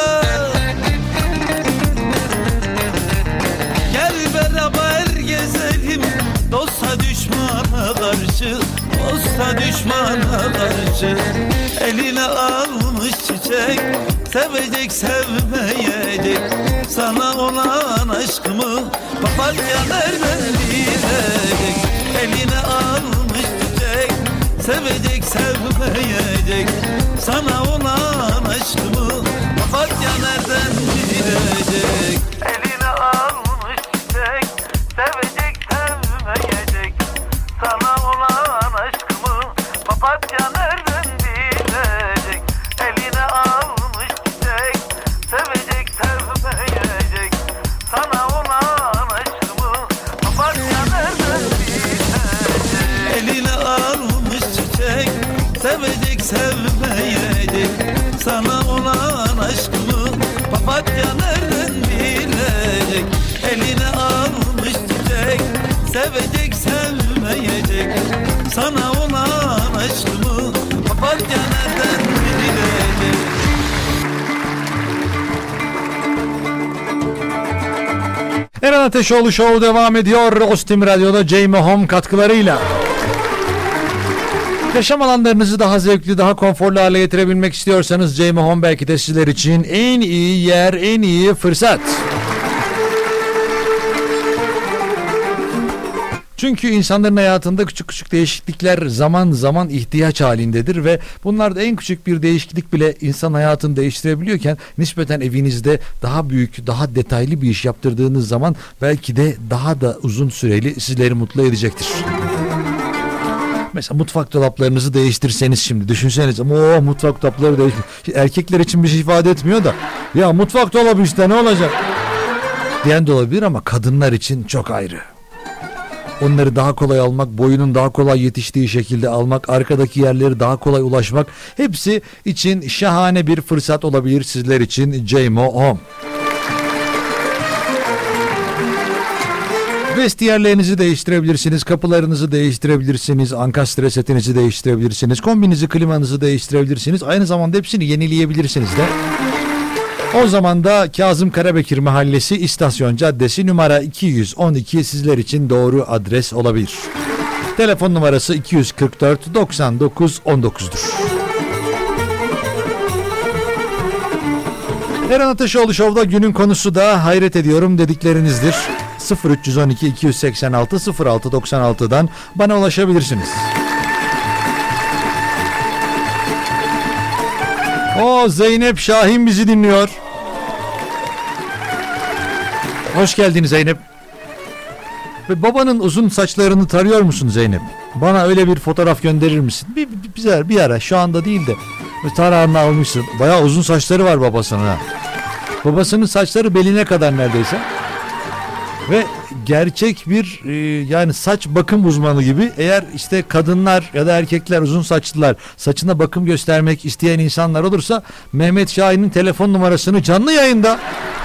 Gel beraber gezelim, dosta düşmana karşı, dosta düşmana karşı. Eline almış çiçek, sevecek sevmeyecek, sana olan aşkımı papatya nereden bilecek? Eline almış çiçek, sevecek sevmeyecek, sana olan aşkımı papatya nereden bilecek? Eline almış çiçek, sevecek sevmeyecek, sana olan aşkımı papatya nereden bilecek? Eline almış çiçek, sevecek sevmeyecek, sana olan aşkımı papatya nereden bilecek? Eline almış çiçek, sevecek sevmeyecek, sana olan aşkımı papatya nereden bilecek? Eline almış çiçek, sevecek sevmeyecek, sana olan aşkımı papatya nereden bilecek? Eren Ateşoğlu Show devam ediyor. Ostim Radyo'da Jamie Home katkılarıyla. Yaşam alanlarınızı daha zevkli, daha konforlu hale getirebilmek istiyorsanız Jamie Home belki de sizler için en iyi yer, en iyi fırsat. Çünkü insanların hayatında küçük küçük değişiklikler zaman zaman ihtiyaç halindedir ve bunlar da en küçük bir değişiklik bile insan hayatını değiştirebiliyorken nispeten evinizde daha büyük, daha detaylı bir iş yaptırdığınız zaman belki de daha da uzun süreli sizleri mutlu edecektir. Mesela mutfak dolaplarınızı değiştirseniz şimdi düşünseniz ama o mutfak dolapları değişmiyor. Erkekler için bir şey ifade etmiyor da ya mutfak dolabı işte ne olacak diyen de olabilir ama kadınlar için çok ayrı. Onları daha kolay almak, boyunun daha kolay yetiştiği şekilde almak, arkadaki yerleri daha kolay ulaşmak hepsi için şahane bir fırsat olabilir sizler için Jamie Home. Vestiyerlerinizi değiştirebilirsiniz, kapılarınızı değiştirebilirsiniz, ankastre setinizi değiştirebilirsiniz, kombinizi, klimanızı değiştirebilirsiniz. Aynı zamanda hepsini yenileyebilirsiniz de. O zaman da Kazım Karabekir Mahallesi İstasyon Caddesi numara iki yüz on iki sizler için doğru adres olabilir. Telefon numarası iki yüz kırk dört doksan dokuz on dokuz'dur. Eren Ateşoğlu Show'da günün konusu da hayret ediyorum dediklerinizdir. sıfır üç on iki iki seksen altı sıfır altı doksan altı'dan bana ulaşabilirsiniz. O Zeynep Şahin bizi dinliyor. Hoş geldin Zeynep. Ve babanın uzun saçlarını tarıyor musun Zeynep? Bana öyle bir fotoğraf gönderir misin? Bir, bir, bir, bir ara şu anda değil de Tarağını almışsın. Bayağı uzun saçları var babasının ha. Babasının saçları beline kadar neredeyse. Ve gerçek bir e, yani saç bakım uzmanı gibi, eğer işte kadınlar ya da erkekler, uzun saçlılar, saçına bakım göstermek isteyen insanlar olursa Mehmet Şahin'in telefon numarasını canlı yayında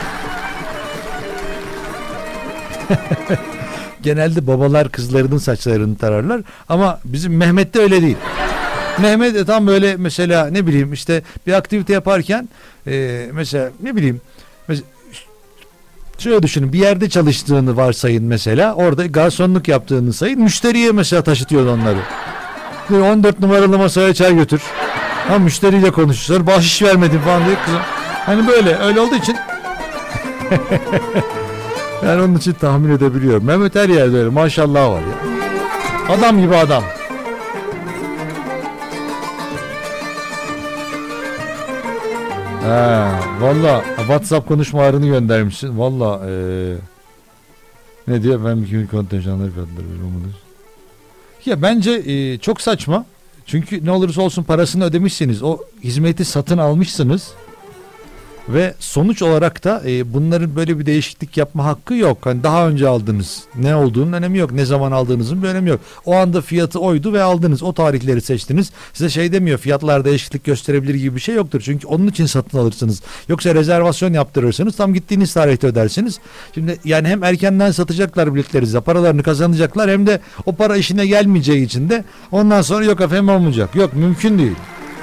genelde babalar kızlarının saçlarını tararlar ama bizim Mehmet'te öyle değil. Mehmet de tam böyle mesela ne bileyim işte bir aktivite yaparken e, mesela ne bileyim mesela şöyle düşünün, bir yerde çalıştığını varsayın mesela, orada garsonluk yaptığını sayın, müşteriye mesela taşıtıyor onları. on dört numaralı masaya çay götür. Ha, müşteriyle konuşuyorlar, bahşiş vermedim falan diye kızım. Hani böyle öyle olduğu için yani onun için tahmin edebiliyorum. Mehmet her yerde öyle, maşallah var ya. Adam gibi adam. Ha, valla WhatsApp konuşmalarını göndermişsin. Valla ee, ne diyor? Ben kimin kontenjanları fiyatları veriyorum. Ya bence ee, çok saçma. Çünkü ne olursa olsun parasını ödemişsiniz. O hizmeti satın almışsınız. Ve sonuç olarak da e, bunların böyle bir değişiklik yapma hakkı yok. Hani daha önce aldınız. Ne olduğunun önemi yok. Ne zaman aldığınızın bir önemi yok. O anda fiyatı oydu ve aldınız. O tarihleri seçtiniz. Size şey demiyor, fiyatlar değişiklik gösterebilir gibi bir şey yoktur. Çünkü onun için satın alırsınız. Yoksa rezervasyon yaptırırsınız. Tam gittiğiniz tarihte ödersiniz. Şimdi yani hem erkenden satacaklar biletlerinize, paralarını kazanacaklar, hem de o para işine gelmeyeceği için de ondan sonra yok efendim olmayacak. Yok, mümkün değil.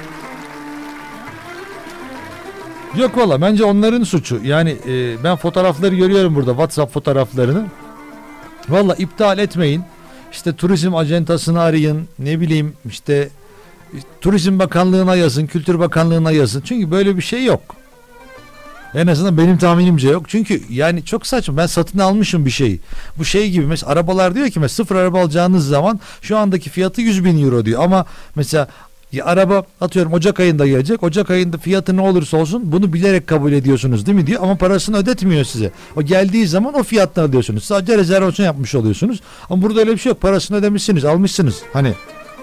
Yok valla, bence onların suçu. Yani e, ben fotoğrafları görüyorum burada, WhatsApp fotoğraflarını. Valla iptal etmeyin. İşte turizm acentasını arayın. Ne bileyim işte Turizm Bakanlığı'na yazın, Kültür Bakanlığı'na yazın. Çünkü böyle bir şey yok. En azından benim tahminimce yok. Çünkü yani çok saçma. Ben satın almışım bir şeyi. Bu şey gibi mesela arabalar diyor ki mesela sıfır araba alacağınız zaman şu andaki fiyatı yüz bin euro diyor. Ama mesela ya araba atıyorum Ocak ayında gelecek. Ocak ayında fiyatı ne olursa olsun bunu bilerek kabul ediyorsunuz değil mi diyor. Ama parasını ödetmiyor size. O geldiği zaman o fiyattan ödüyorsunuz. Sadece rezervasyon yapmış oluyorsunuz. Ama burada öyle bir şey yok. Parasını ödemişsiniz, almışsınız. Hani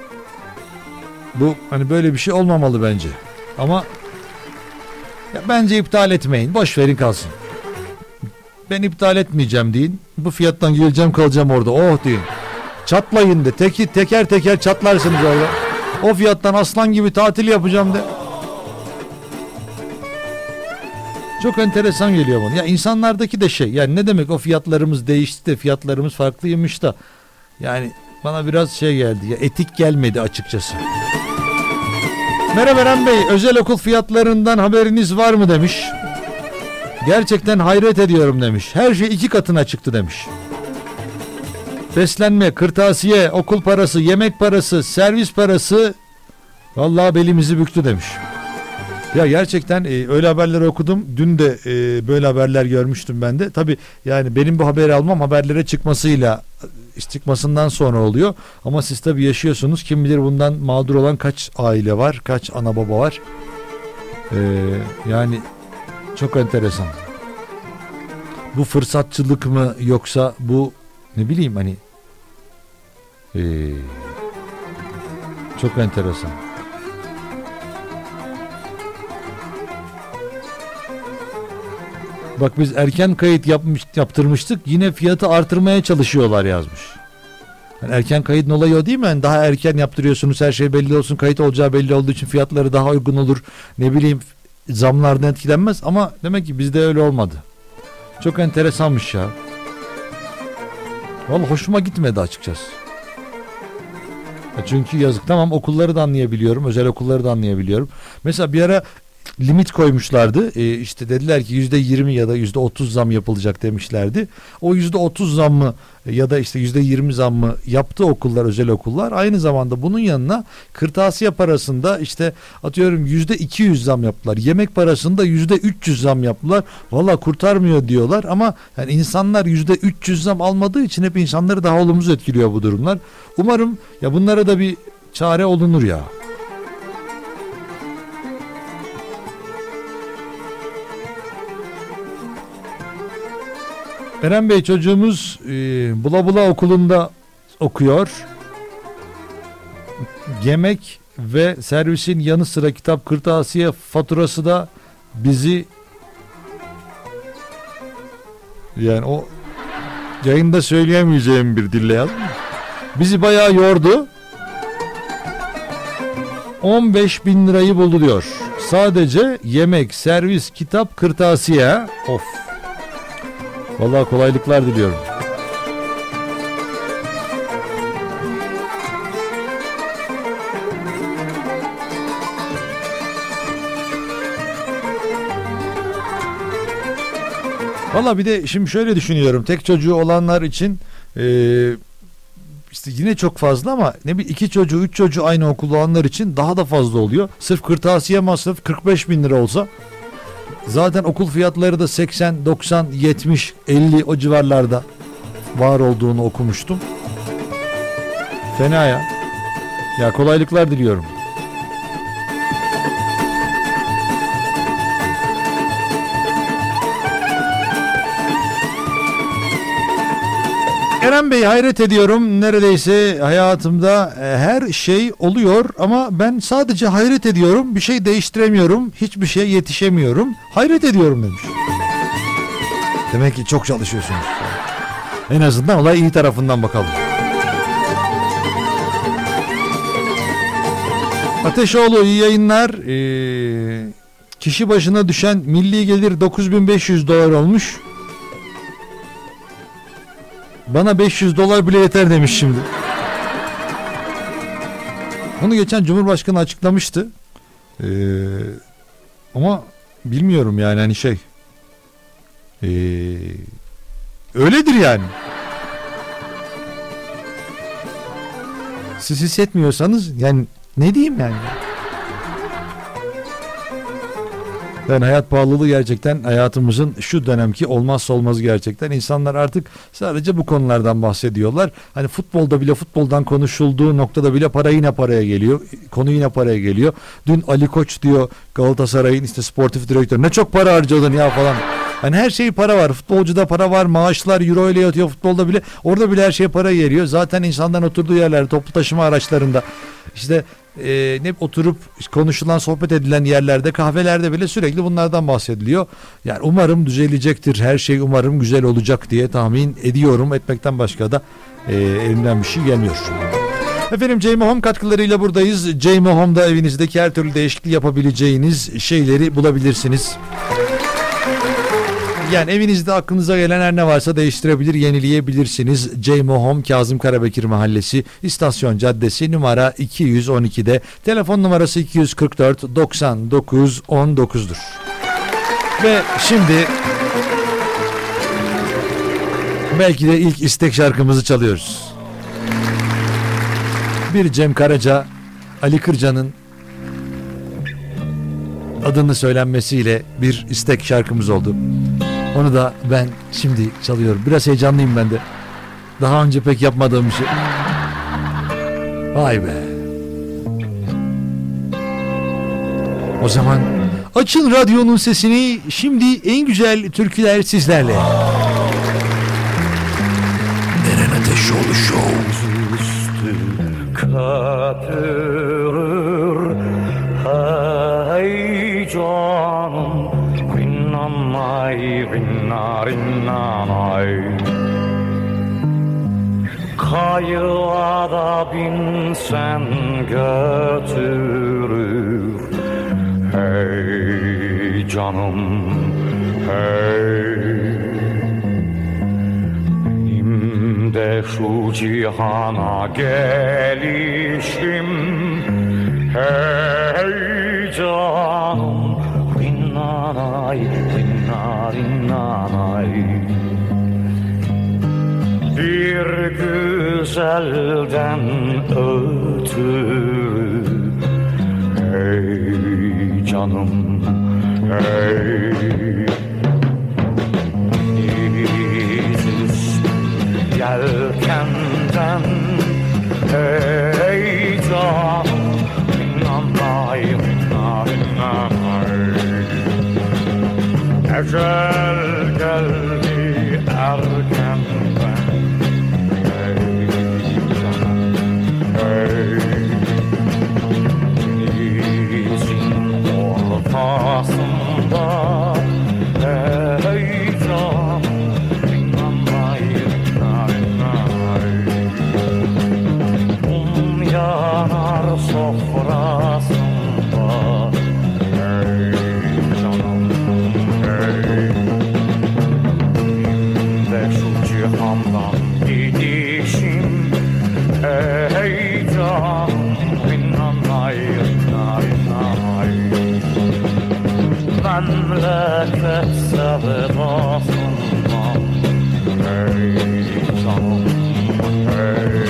bu hani böyle bir şey olmamalı bence. Ama ya bence iptal etmeyin. Boş verin kalsın. Ben iptal etmeyeceğim deyin. Bu fiyattan geleceğim, kalacağım orada. Oh deyin. Çatlayın de. Teki, teker teker çatlarsınız orada. O fiyattan aslan gibi tatil yapacağım de. Çok enteresan geliyor bana. Ya insanlardaki de şey, yani ne demek o fiyatlarımız değişti de fiyatlarımız farklıymış da. Yani bana biraz şey geldi ya, etik gelmedi açıkçası. Merhaba Eren Bey, özel okul fiyatlarından haberiniz var mı demiş. Gerçekten hayret ediyorum demiş. Her şey iki katına çıktı demiş. Beslenme, kırtasiye, okul parası, yemek parası, servis parası vallahi belimizi büktü demiş. Ya gerçekten e, öyle haberleri okudum. Dün de e, böyle haberler görmüştüm ben de. Tabii yani benim bu haberi almam haberlere çıkmasıyla, çıkmasından sonra oluyor. Ama siz tabii yaşıyorsunuz. Kim bilir bundan mağdur olan kaç aile var, kaç ana baba var. E, yani çok enteresan. Bu fırsatçılık mı yoksa bu ne bileyim hani ee, çok enteresan. Bak biz erken kayıt yapmış, yaptırmıştık, yine fiyatı artırmaya çalışıyorlar yazmış. Yani erken kaydın olayı o değil mi? Yani daha erken yaptırıyorsunuz, her şey belli olsun, kayıt olacağı belli olduğu için fiyatları daha uygun olur. Ne bileyim zamlardan etkilenmez ama demek ki bizde öyle olmadı. Çok enteresanmış ya. Vallahi hoşuma gitmedi açıkçası. Çünkü yazık. Tamam, okulları da anlayabiliyorum. Özel okulları da anlayabiliyorum. Mesela bir ara limit koymuşlardı. Ee, işte dediler ki yüzde yirmi ya da yüzde otuz zam yapılacak demişlerdi. O yüzde otuz zammı ya da işte yüzde yirmi zammı yaptı okullar, özel okullar. Aynı zamanda bunun yanına kırtasiye parasında işte atıyorum yüzde iki yüz zam yaptılar. Yemek parasında yüzde üç yüz zam yaptılar. Valla kurtarmıyor diyorlar ama yani insanlar yüzde üç yüz zam almadığı için hep insanları daha olumsuz etkiliyor bu durumlar. Umarım ya bunlara da bir çare olunur ya. Eren Bey, çocuğumuz e, Bula Bula okulunda okuyor. Yemek ve servisin yanı sıra kitap kırtasiye faturası da bizi, yani o yayında söyleyemeyeceğim bir dille yazdım. Bizi bayağı yordu. on beş bin lirayı buldu diyor. Sadece yemek, servis, kitap, kırtasiye. Of. Vallahi kolaylıklar diliyorum. Valla bir de şimdi şöyle düşünüyorum. Tek çocuğu olanlar için e, işte yine çok fazla ama ne bileyim iki çocuğu, üç çocuğu aynı okulda olanlar için daha da fazla oluyor. Sırf kırtasiye masrafı kırk beş bin lira olsa zaten okul fiyatları da seksen, doksan, yetmiş, elli o civarlarda var olduğunu okumuştum. Fena ya. Ya kolaylıklar diliyorum. Eren Bey, hayret ediyorum, neredeyse hayatımda her şey oluyor ama ben sadece hayret ediyorum, bir şey değiştiremiyorum, hiçbir şeye yetişemiyorum, hayret ediyorum demiş. Demek ki çok çalışıyorsunuz. En azından olay iyi tarafından bakalım. Ateşoğlu, iyi yayınlar. Ee, kişi başına düşen milli gelir dokuz bin beş yüz dolar olmuş. Bana beş yüz dolar bile yeter demiş şimdi. Bunu geçen Cumhurbaşkanı açıklamıştı. Ee, ama bilmiyorum yani hani şey. Ee, öyledir yani. Siz hissetmiyorsanız yani ne diyeyim yani. Yani hayat pahalılığı gerçekten hayatımızın şu dönemki olmazsa olmazı gerçekten. İnsanlar artık sadece bu konulardan bahsediyorlar. Hani futbolda bile, futboldan konuşulduğu noktada bile para yine paraya geliyor. Konu yine paraya geliyor. Dün Ali Koç diyor, Galatasaray'ın işte sportif direktörü, ne çok para harcadın ya falan. Hani her şey para var. Futbolcuda para var. Maaşlar euro ile yatıyor futbolda bile. Orada bile her şeye para geliyor. Zaten insanların oturduğu yerlerde, toplu taşıma araçlarında, işte e, ne oturup konuşulan, sohbet edilen yerlerde, kahvelerde bile sürekli bunlardan bahsediliyor. Yani umarım düzelecektir. Her şey umarım güzel olacak diye tahmin ediyorum. Etmekten başka da e, elimden bir şey gelmiyor. Efendim, J M Home katkılarıyla buradayız. J M Home'da evinizdeki her türlü değişiklik yapabileceğiniz şeyleri bulabilirsiniz. Yani evinizde aklınıza gelen her ne varsa değiştirebilir, yenileyebilirsiniz. J M Home, Kazım Karabekir Mahallesi, İstasyon Caddesi, numara iki yüz on iki'de. Telefon numarası iki yüz kırk dört doksan dokuz on dokuz'dur. Ve şimdi belki de ilk istek şarkımızı çalıyoruz. Bir Cem Karaca, Ali Kırca'nın adını söylenmesiyle bir istek şarkımız oldu. Onu da ben şimdi çalıyorum. Biraz heyecanlıyım ben de. Daha önce pek yapmadığım bir şey. Vay be. O zaman açın radyonun sesini. Şimdi en güzel türküler sizlerle. Eren Ateşoğlu Show. Köpürür hey canım, rinnanay rinna rinnanay. Kayığa da binsen götürür hey canım hey. De şu cihana gelişim hey canım, rinnanay rinna rinnanay. Bir güzelden ötürü hey canım hey. Yelkenden hey canım, rinnanay rinna rinnanay. Ecel geldi erkenden hey canım hey. memleket sevdasından. Ey canım, ey.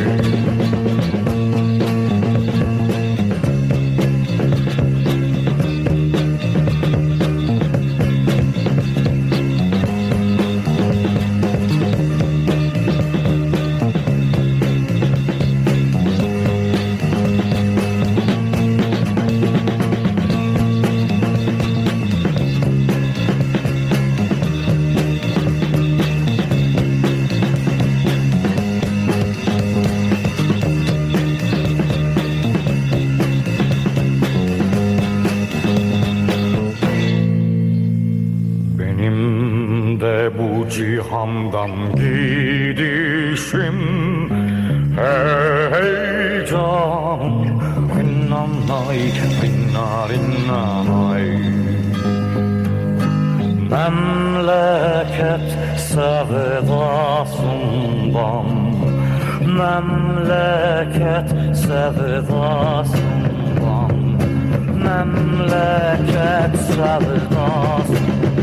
Cihandan gidişim, hey canım, innanay, innar innanay. Memleket sevdasından, memleket sevdasından, memleket sevdasından.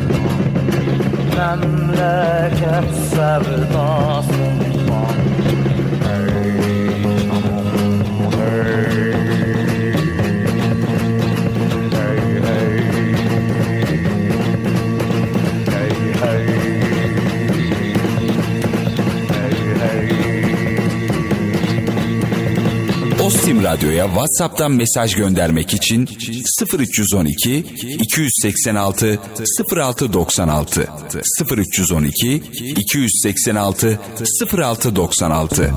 Memleket sevdasından. Hey canım, hey. Hey hey. Hey hey. Hey hey. Ostim Radyo'ya WhatsApp'tan mesaj göndermek için sıfır üç on iki iki yüz seksen altı sıfır altı doksan altı sıfır üç on iki iki yüz seksen altı sıfır altı doksan altı.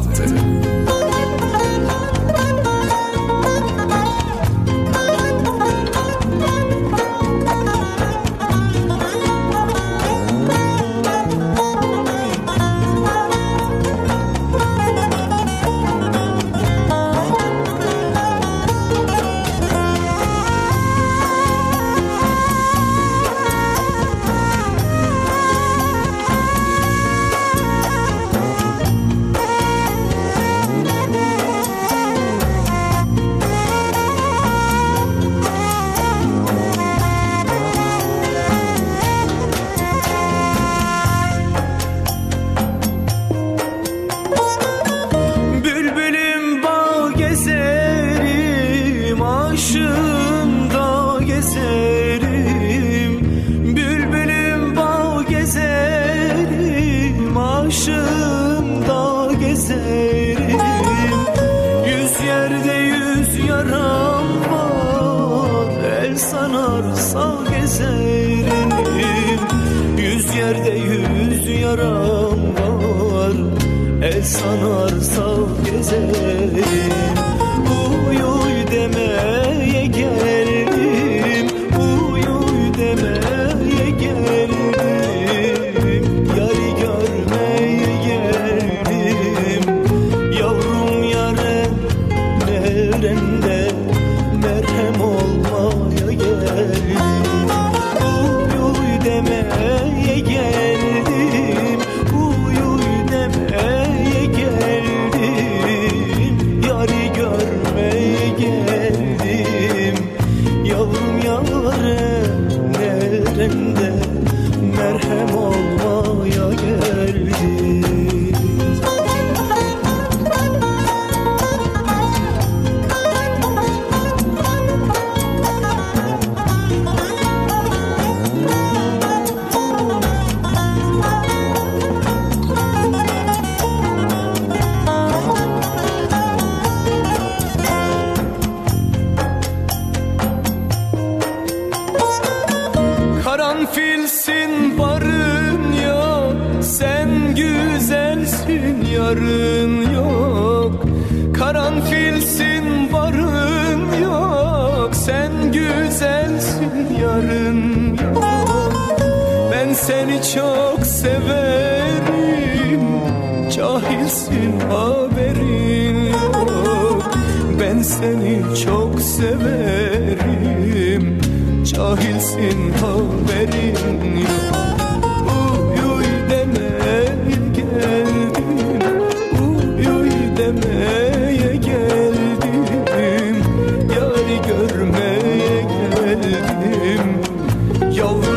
Yavrum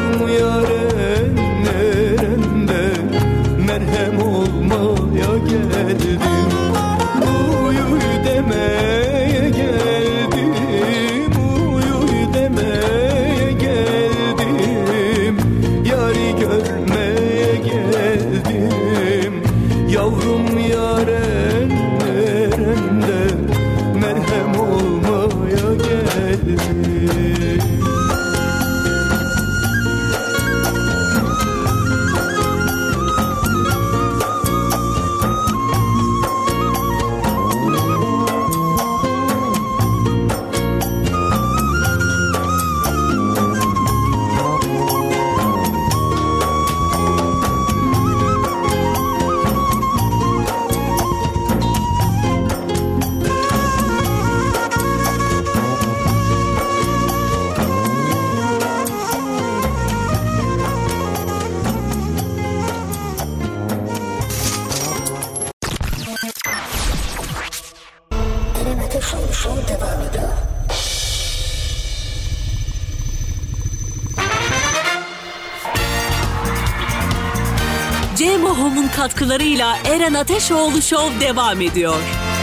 C M O Home'un katkılarıyla Eren Ateşoğlu Show devam ediyor.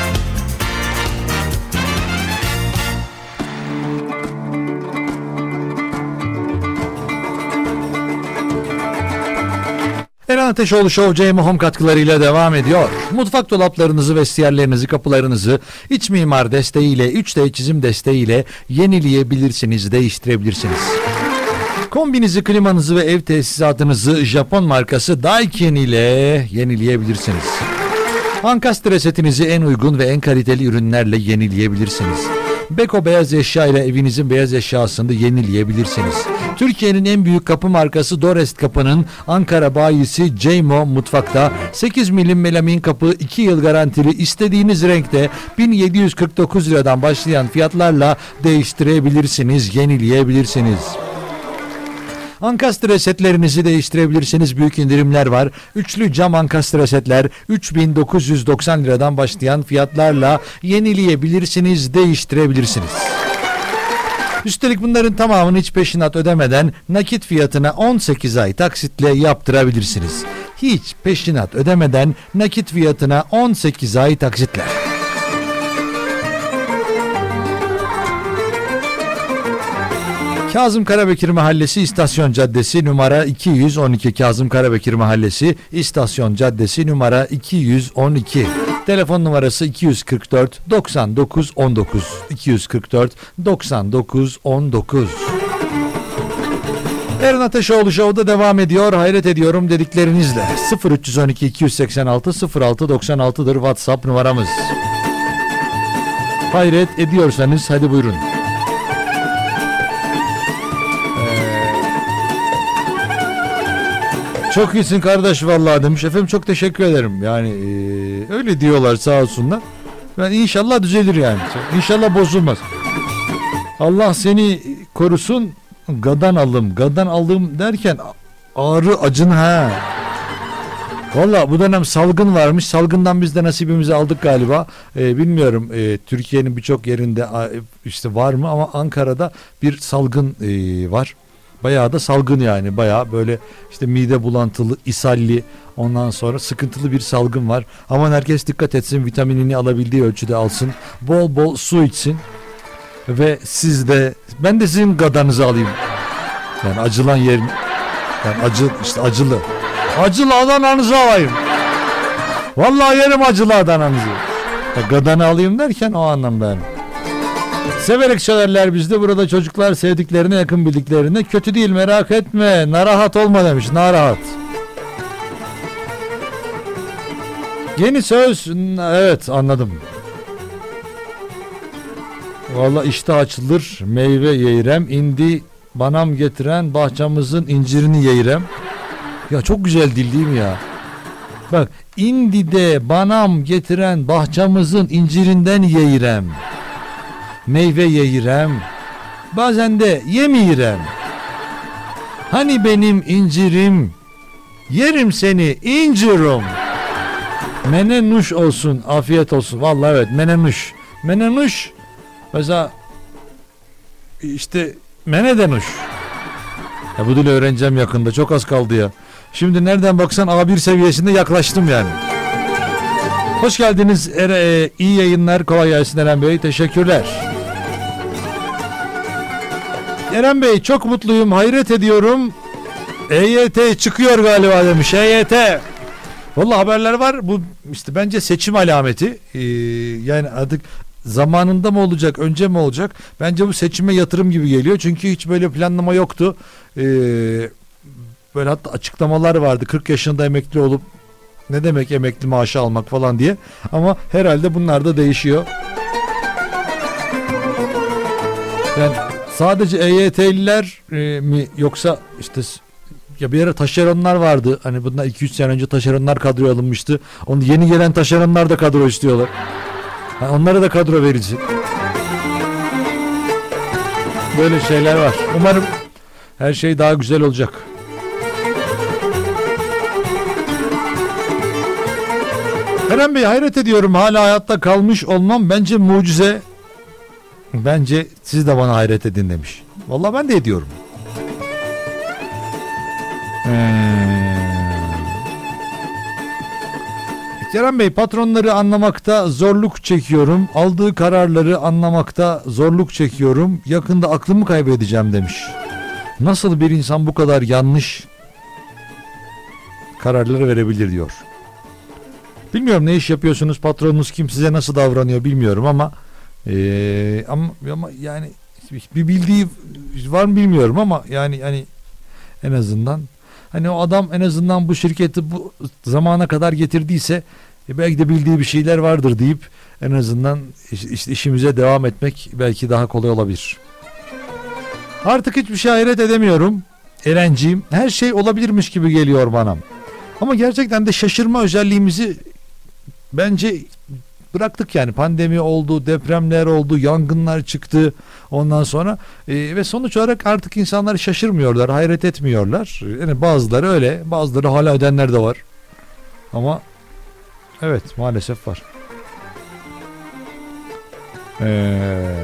Eren Ateşoğlu Show C M O Home katkılarıyla devam ediyor. Mutfak dolaplarınızı, vestiyerlerinizi, kapılarınızı iç mimar desteğiyle, üç D çizim desteğiyle yenileyebilirsiniz, değiştirebilirsiniz. Kombinizi, klimanızı ve ev tesisatınızı Japon markası Daikin ile yenileyebilirsiniz. Ankastre setinizi en uygun ve en kaliteli ürünlerle yenileyebilirsiniz. Beko beyaz eşya ile evinizin beyaz eşyasını yenileyebilirsiniz. Türkiye'nin en büyük kapı markası Dorest Kapı'nın Ankara bayisi C M O Mutfak'ta sekiz milim melamin kapı iki yıl garantili istediğiniz renkte bin yedi yüz kırk dokuz liradan başlayan fiyatlarla değiştirebilirsiniz, yenileyebilirsiniz. Ankastre setlerinizi değiştirebilirsiniz. Büyük indirimler var. Üçlü cam ankastre setler üç bin dokuz yüz doksan liradan başlayan fiyatlarla yenileyebilirsiniz, değiştirebilirsiniz. Üstelik bunların tamamını hiç peşinat ödemeden nakit fiyatına on sekiz ay taksitle yaptırabilirsiniz. Hiç peşinat ödemeden nakit fiyatına on sekiz ay taksitle. Kazım Karabekir Mahallesi İstasyon Caddesi numara iki yüz on iki. Kazım Karabekir Mahallesi İstasyon Caddesi numara iki yüz on iki. Telefon numarası iki yüz kırk dört doksan dokuz on dokuz. iki yüz kırk dört doksan dokuz on dokuz. Eren Ateşoğlu Show'da devam ediyor. Hayret ediyorum dediklerinizle. sıfır üç on iki iki yüz seksen altı sıfır altı doksan altı'dır WhatsApp numaramız. Hayret ediyorsanız hadi buyurun. Çok iyisin kardeş vallahi demiş. Efendim çok teşekkür ederim. Yani e, öyle diyorlar sağ olsunlar. Ben inşallah düzelir yani. İnşallah bozulmaz. Allah seni korusun. Gadan alım. Gadan alım derken ağrı acın ha. Vallahi bu dönem salgın varmış. Salgından biz de nasibimizi aldık galiba. E, bilmiyorum e, Türkiye'nin birçok yerinde işte var mı ama Ankara'da bir salgın e, var. Bayağı da salgın yani, bayağı böyle işte mide bulantılı, ishalli, ondan sonra sıkıntılı bir salgın var. Aman herkes dikkat etsin, vitaminini alabildiği ölçüde alsın, bol bol su içsin ve siz de, ben de sizin gadanızı alayım. Yani acılan yerin, yani acı işte acılı, acılı Adana'nızı alayım. Vallahi yerim acılı Adana'nızı. Gadanı alayım derken o anlamda yani. Severek söylerler bizde burada çocuklar sevdiklerine, yakın bildiklerine. Kötü değil, merak etme, narahat olma demiş. Narahat. Yeni söz, evet anladım. Vallahi işte açılır meyve yeyrem, indi banam getiren bahçemizin incirini yeyrem. Ya çok güzel dil değil mi ya? Bak, indi de banam getiren bahçemizin incirinden yeyrem. Meyve yeyrem, bazen de yemeyirem. Hani benim incirim, yerim seni incirim. Menenuş olsun, afiyet olsun. Vallahi evet, menenuş. Menenuş, mesela işte menedenuş. Ya bu dili öğreneceğim yakında, çok az kaldı ya. Şimdi nereden baksan A bir seviyesinde yaklaştım yani. Hoş geldiniz, e, iyi yayınlar, kolay gelsin Eren Bey, teşekkürler. Eren Bey çok mutluyum, hayret ediyorum. E Y T çıkıyor galiba demiş. E Y T. Vallahi haberler var. Bu işte bence seçim alameti. Ee, yani artık zamanında mı olacak, önce mi olacak? Bence bu seçime yatırım gibi geliyor. Çünkü hiç böyle planlama yoktu. Ee, böyle hatta açıklamalar vardı. kırk yaşında emekli olup ne demek emekli maaşı almak falan diye. Ama herhalde bunlar da değişiyor. Yani sadece E Y T'liler e, mi yoksa işte ya bir ara taşeronlar vardı. Hani bundan iki üç sene önce taşeronlar kadroya alınmıştı. Onu yeni gelen taşeronlar da kadro istiyorlar. Yani onlara da kadro verici. Böyle şeyler var. Umarım her şey daha güzel olacak. Eren Bey hayret ediyorum, hala hayatta kalmış olmam bence mucize. Bence siz de bana hayret edin demiş. Vallahi ben de ediyorum. Hmm. Kerem Bey, patronları anlamakta zorluk çekiyorum. Aldığı kararları anlamakta zorluk çekiyorum. Yakında aklımı kaybedeceğim demiş. Nasıl bir insan bu kadar yanlış kararları verebilir diyor. Bilmiyorum ne iş yapıyorsunuz, patronunuz kim, size nasıl davranıyor bilmiyorum ama ee, ama, ama yani bir bildiği var mı bilmiyorum ama yani hani en azından hani o adam en azından bu şirketi bu zamana kadar getirdiyse e belki de bildiği bir şeyler vardır deyip en azından işte işimize devam etmek belki daha kolay olabilir. Artık hiçbir şey hayret edemiyorum Erenciğim. Her şey olabilirmiş gibi geliyor bana. Ama gerçekten de şaşırma özelliğimizi bence bıraktık yani. Pandemi oldu, depremler oldu, yangınlar çıktı ondan sonra e, ve sonuç olarak artık insanlar şaşırmıyorlar, hayret etmiyorlar. Yani bazıları öyle, bazıları hala edenler de var. Ama evet, maalesef var. Eee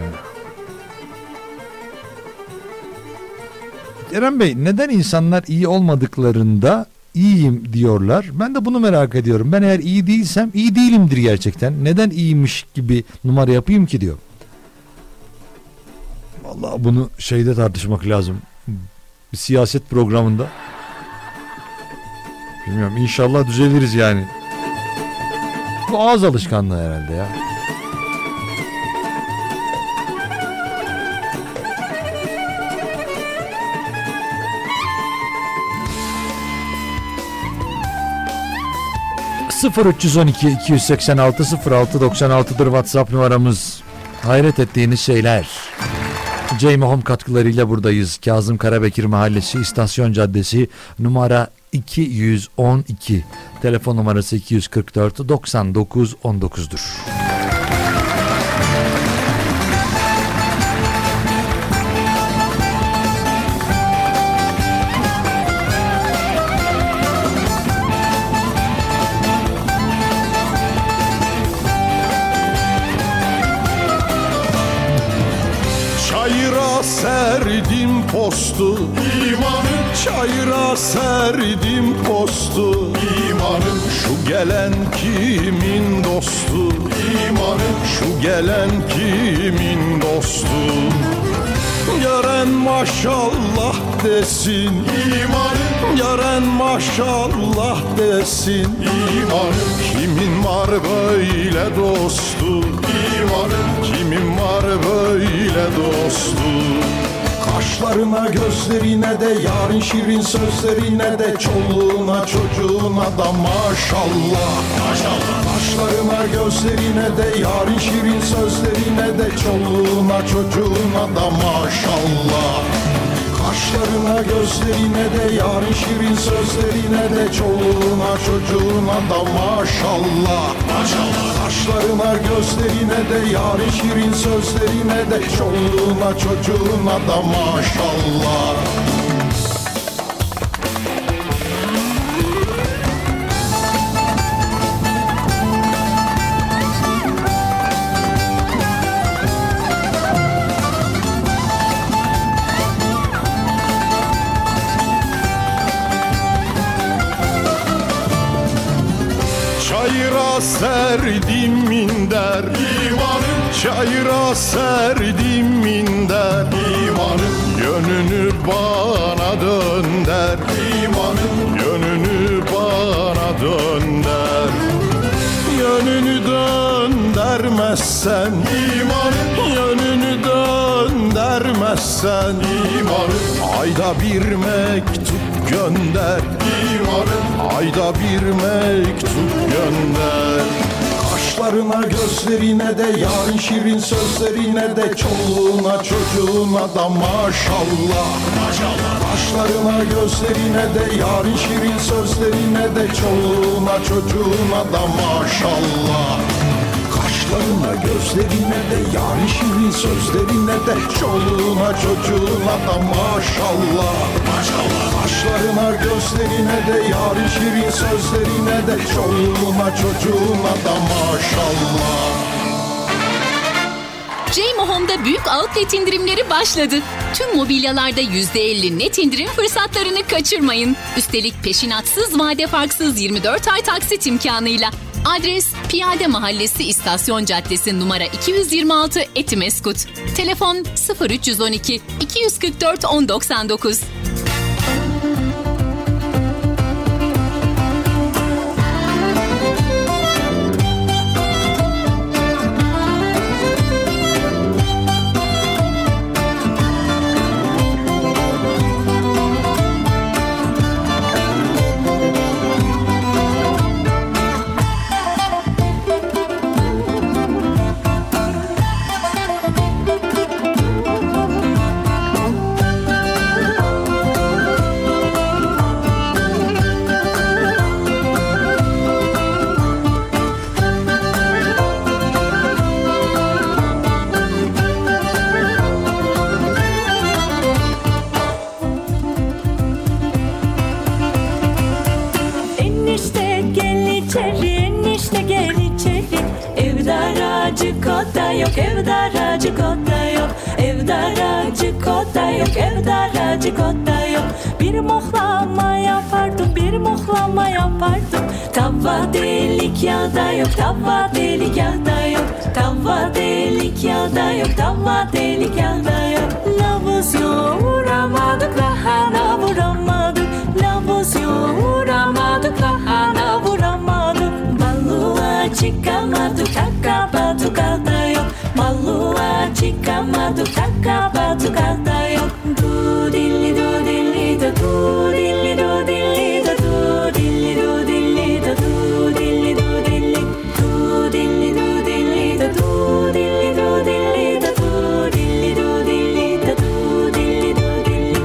Eren Bey, neden insanlar iyi olmadıklarında iyiyim diyorlar? Ben de bunu merak ediyorum. Ben eğer iyi değilsem iyi değilimdir gerçekten. Neden iyiymiş gibi numara yapayım ki diyor. Vallahi bunu şeyde tartışmak lazım. Bir siyaset programında. Bilmiyorum, inşallah düzeliriz yani. Bu ağız alışkanlığı herhalde ya. sıfır üç on iki iki seksen altı sıfır altı doksan altı'dır WhatsApp numaramız. Hayret ettiğiniz şeyler. Jamie Home katkılarıyla buradayız. Kazım Karabekir Mahallesi, İstasyon Caddesi, numara iki yüz on iki. Telefon numarası iki yüz kırk dört doksan dokuz on dokuz'dur. Serdim postu İmanım, çayıra serdim postu İmanım, şu gelen kimin dostu İmanım, şu gelen kimin dostu. Gören maşallah desin İmanım, gören maşallah desin İmanım, kimin var böyle dostu İmanım, kimin var böyle dostu. Kaşlarına gözlerine de yarın şirin sözlerine de çoluğuna çocuğuna da maşallah. Maşallah. Kaşlarına gözlerine de yarın şirin sözlerine de çoluğuna çocuğuna da maşallah. Kaşlarına gözlerine de yarın şirin sözlerine de çoluğuna çocuğuna da maşallah. Maşallah. Kaşlarına gözlerine de yarın şirin sözlerine de çoluğuna çocuğuna da maşallah. Çayıra serdim minder İmanım, çayıra serdim minder İmanım, yönünü bana dönder İmanım, yönünü bana dönder. Yönünü döndermezsen İmanım, yönünü döndermezsen İmanım, ayda bir mektup gönder İmanım, ayda bir mektup gönder. Kaşlarına gözlerine de yarın şirin sözlerine de çoluğuna çocuğuna da maşallah. Maşallah. Kaşlarına gözlerine de yarın şirin sözlerine de çoluğuna çocuğuna da maşallah. Kaşlarına gözlerine de yarın şirin sözlerine de çoluğuna çocuğuna da maşallah. Maşallah. Kaşlarına gözlerine de yarın şirin sözlerine de çoluğuna çocuğuna da maşallah. Jamie Home'da büyük outlet indirimleri başladı. Tüm mobilyalarda yüzde elli net indirim fırsatlarını kaçırmayın. Üstelik peşinatsız, vade farksız yirmi dört ay taksit imkanıyla. Adres Piyade Mahallesi İstasyon Caddesi numara iki yüz yirmi altı Etimeskut. Telefon sıfır üç on iki iki kırk dört on doksan dokuz. Yok evde aracık oda yok, evde aracık oda yok, evde aracık oda yok. Bir muhlama yapardım, bir muhlama yapardım. Tava delik ya da yok, tava delik ya da yok, tava delik ya da yok, tava delik ya da yok. Nabız yoğuramadık, lahana vuramadık. Nabız yoğuramadık, lahana vuramadık. Balığa çıkamadık, takabadık ada yok. Balığa çıkamadık, takabadık ada yok. Du dilli du dilli da du dilli du dilli da du dilli du dilli da du dilli du dilli du dilli du dilli da du dilli du dilli da du dilli du dilli da du dilli du dilli.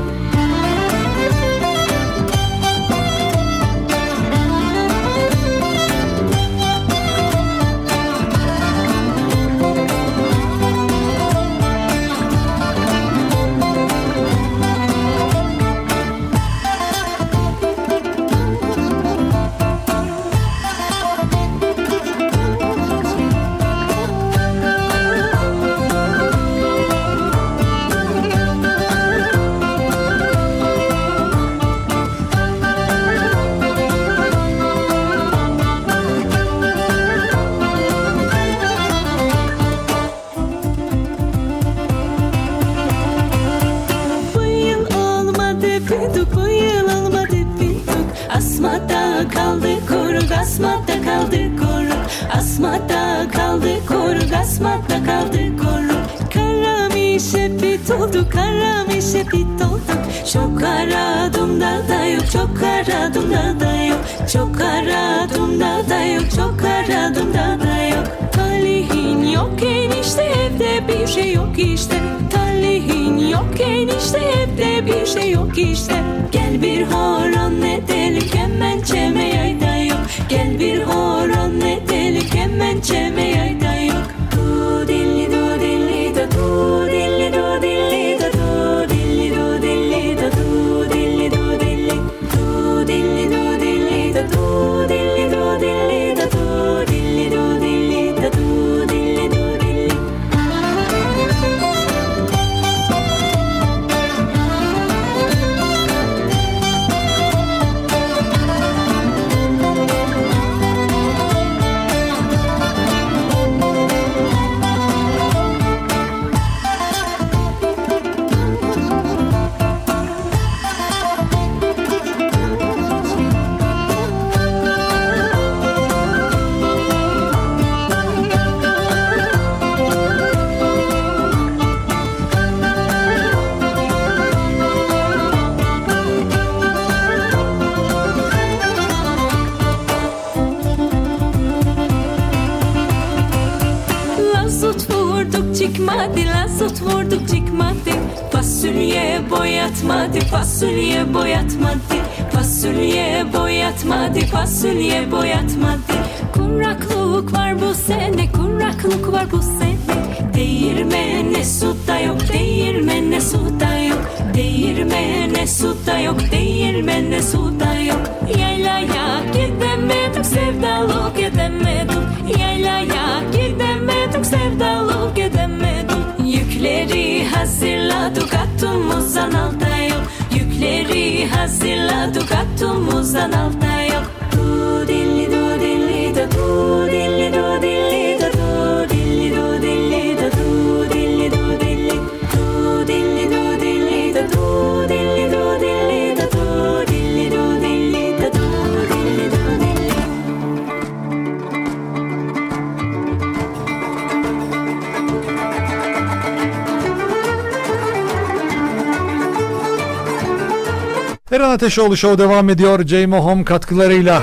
Asmada kaldı koruk, asmada kaldı koruk. Asmada kaldı koruk, asmada kaldı koruk. Karamişe bit olduk, karamişe bit olduk. Çok aradım da da yok, çok aradım da da yok. Çok aradım da da yok, çok aradım da da yok. Talihin yok enişte, evde bir şey yok işte. Talihin yok enişte, evde bir şey yok işte. Gel bir horon edelim, kemençeme yayda yok. Gel bir horon edelim, kemençeme yayda yok. Du dilli du dilli da du dilli du dilli da du dilli du dilli da du dilli du dilli du dilli du dilli da du dilli du dilli da du dilli du dilli da du dilli du dilli. Çıkmadı, lasut vurduk çıkmadı. Fasulye boyatmadı, fasulye boyatmadı. Fasulye boyatmadı, fasulye boyatmadı. Kuraklık var bu sene, kuraklık var bu sene. Değirmene su da yok, değirmene su da yok. Değirmene su da yok, değirmene su da yok. Yaylaya gidemedik, sevdalık edemedik. Yaylaya gidemedik, sevdalık edemedik. Yükleri hazırladık, atımızdan alta yok. Yükleri hazırladık, atımızdan alta yok. Du dilli du dilli da du Eren Ateşoğlu Show devam ediyor. J-Mo Home katkılarıyla.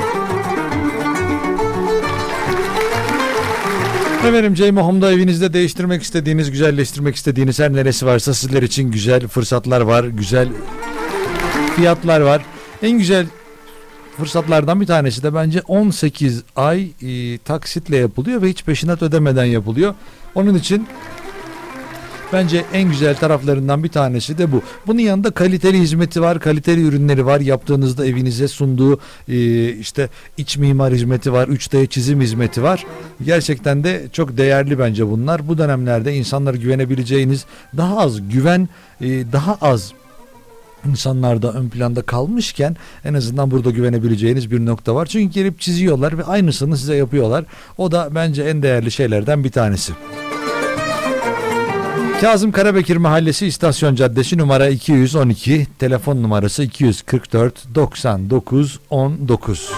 Efendim J-Mo Home'da evinizde değiştirmek istediğiniz, güzelleştirmek istediğiniz her neresi varsa sizler için güzel fırsatlar var. Güzel fiyatlar var. En güzel fırsatlardan bir tanesi de bence on sekiz ay e, taksitle yapılıyor ve hiç peşinat ödemeden yapılıyor. Onun için bence en güzel taraflarından bir tanesi de bu. Bunun yanında kaliteli hizmeti var, kaliteli ürünleri var. Yaptığınızda evinize sunduğu e, işte iç mimar hizmeti var, üç D çizim hizmeti var. Gerçekten de çok değerli bence bunlar. Bu dönemlerde insanlara güvenebileceğiniz, daha az güven, e, daha az insanlarda ön planda kalmışken en azından burada güvenebileceğiniz bir nokta var. Çünkü gelip çiziyorlar ve aynısını size yapıyorlar. O da bence en değerli şeylerden bir tanesi. Kazım Karabekir Mahallesi İstasyon Caddesi numara iki yüz on iki, telefon numarası iki yüz kırk dört doksan dokuz on dokuz.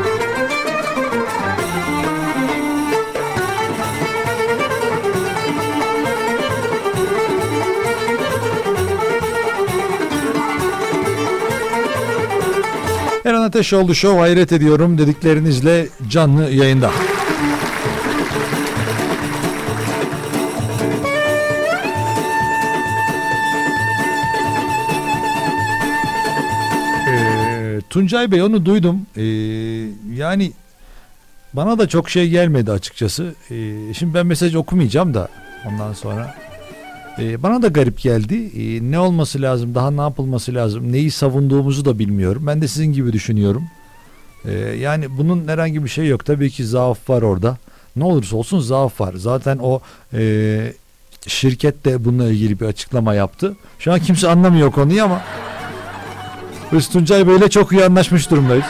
Eren Ateşoğlu Show hayret ediyorum dediklerinizle canlı yayında. Ee, Tuncay Bey onu duydum. Ee, yani bana da çok şey gelmedi açıkçası. Ee, şimdi ben mesaj okumayacağım da ondan sonra. Ee, bana da garip geldi. Ee, ne olması lazım, daha ne yapılması lazım, neyi savunduğumuzu da bilmiyorum. Ben de sizin gibi düşünüyorum. Ee, yani bunun herhangi bir şey yok. Tabii ki zaaf var orada. Ne olursa olsun zaaf var. Zaten o e, şirket de bununla ilgili bir açıklama yaptı. Şu an kimse anlamıyor konuyu ama biz Tuncay Bey'le çok iyi anlaşmış durumdayız.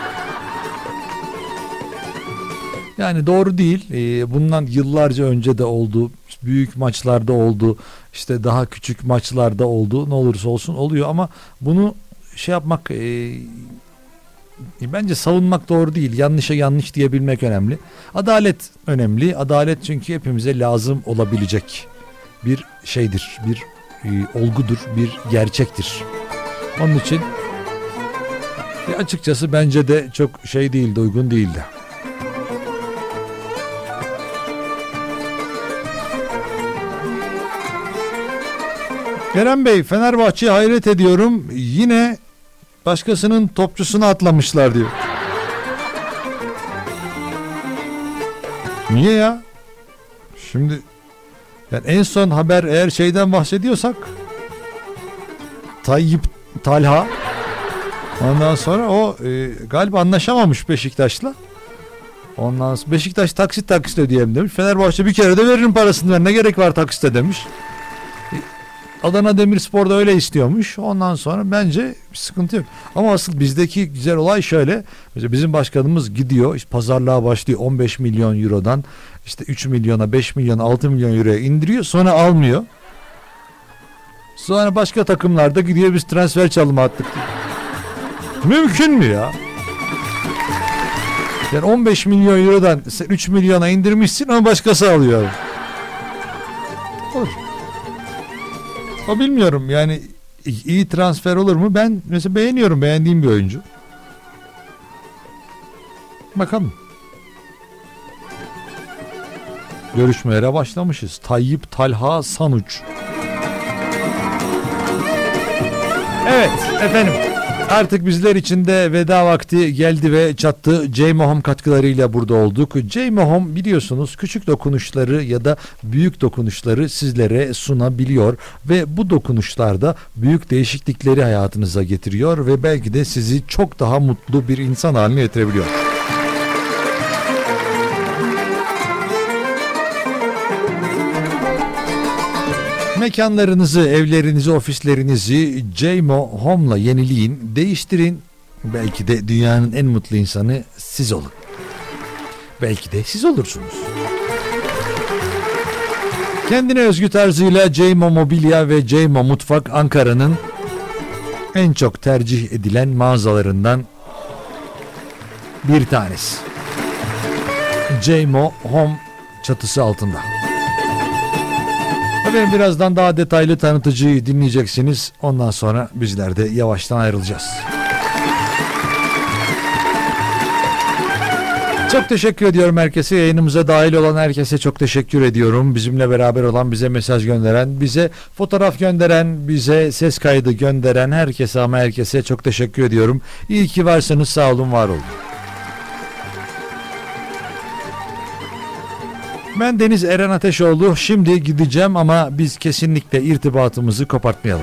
Yani doğru değil. Ee, bundan yıllarca önce de oldu. Büyük maçlarda oldu. İşte daha küçük maçlarda oldu. Ne olursa olsun oluyor ama bunu şey yapmak e, bence savunmak doğru değil. Yanlışa yanlış diyebilmek önemli. Adalet önemli. Adalet çünkü hepimize lazım olabilecek bir şeydir. Bir e, olgudur. Bir gerçektir. Onun için e, açıkçası bence de çok şey değildi, uygun değildi. Kerem Bey, Fenerbahçe'ye hayret ediyorum. Yine başkasının topçusunu atlamışlar diyor. Niye ya? Şimdi yani en son haber eğer şeyden bahsediyorsak Tayyip Talha, ondan sonra o e, galiba anlaşamamış Beşiktaş'la. Ondan sonra Beşiktaş taksit taksit ödeyeyim demiş. Fenerbahçe bir kere de veririm parasını ver, ne gerek var taksite demiş. Adana Demirspor da öyle istiyormuş. Ondan sonra bence bir sıkıntı yok. Ama asıl bizdeki güzel olay şöyle. Mesela bizim başkanımız gidiyor, işte pazarlığa başlıyor, on beş milyon eurodan işte üç milyona, beş milyona, altı milyon euroya indiriyor. Sonra almıyor. Sonra başka takımlarda gidiyor, biz transfer çalımı attık diyor. Mümkün mü ya? Yani on beş milyon eurodan üç milyona indirmişsin ama başkası alıyor. Olur. O bilmiyorum yani iyi transfer olur mu? Ben mesela beğeniyorum, beğendiğim bir oyuncu. Bakalım. Görüşmelere başlamışız. Tayyip Talha Sanuç. Evet efendim. Artık bizler için de veda vakti geldi ve çattı. J-Mo Home katkılarıyla burada olduk. J-Mo Home biliyorsunuz küçük dokunuşları ya da büyük dokunuşları sizlere sunabiliyor ve bu dokunuşlarda büyük değişiklikleri hayatınıza getiriyor ve belki de sizi çok daha mutlu bir insan haline getirebiliyor. Mekanlarınızı, evlerinizi, ofislerinizi J-Mo Home'la yenileyin, değiştirin. Belki de dünyanın en mutlu insanı siz olun. Belki de siz olursunuz. Kendine özgü tarzıyla J-Mo Mobilya ve J-Mo Mutfak Ankara'nın en çok tercih edilen mağazalarından bir tanesi. J-Mo Home çatısı altında. Efendim birazdan daha detaylı tanıtıcıyı dinleyeceksiniz. Ondan sonra bizler de yavaştan ayrılacağız. Çok teşekkür ediyorum herkese. Yayınımıza dahil olan herkese çok teşekkür ediyorum. Bizimle beraber olan, bize mesaj gönderen, bize fotoğraf gönderen, bize ses kaydı gönderen herkese ama herkese çok teşekkür ediyorum. İyi ki varsınız, sağ olun, var olun. Ben Deniz Eren Ateşoğlu. Şimdi gideceğim ama biz kesinlikle irtibatımızı kopartmayalım.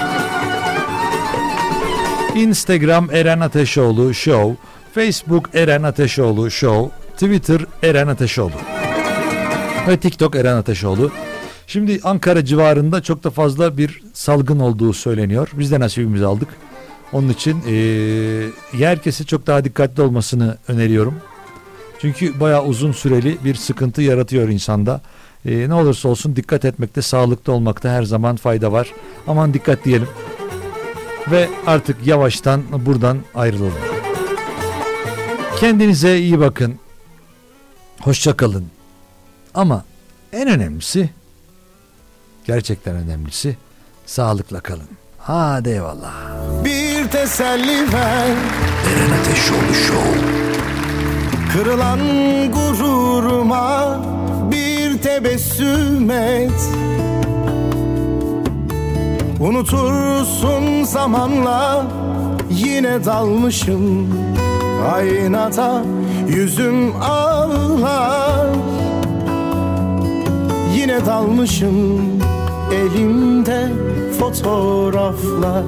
Instagram Eren Ateşoğlu Show, Facebook Eren Ateşoğlu Show, Twitter Eren Ateşoğlu ve TikTok Eren Ateşoğlu. Şimdi Ankara civarında çok da fazla bir salgın olduğu söyleniyor. Biz de nasibimizi aldık. Onun için ee, herkese çok daha dikkatli olmasını öneriyorum. Çünkü bayağı uzun süreli bir sıkıntı yaratıyor insanda. Ee, ne olursa olsun dikkat etmekte, sağlıklı olmakta her zaman fayda var. Aman dikkat diyelim. Ve artık yavaştan buradan ayrılalım. Kendinize iyi bakın. Hoşça kalın. Ama en önemlisi, gerçekten önemlisi, sağlıkla kalın. Hadi eyvallah. Bir teselli ver. Eren Ateşoğlu Show. Kırılan gururuma bir tebessüm et. Unutursun zamanla, yine dalmışım aynada, yüzüm ağlar. Yine dalmışım, elimde fotoğraflar.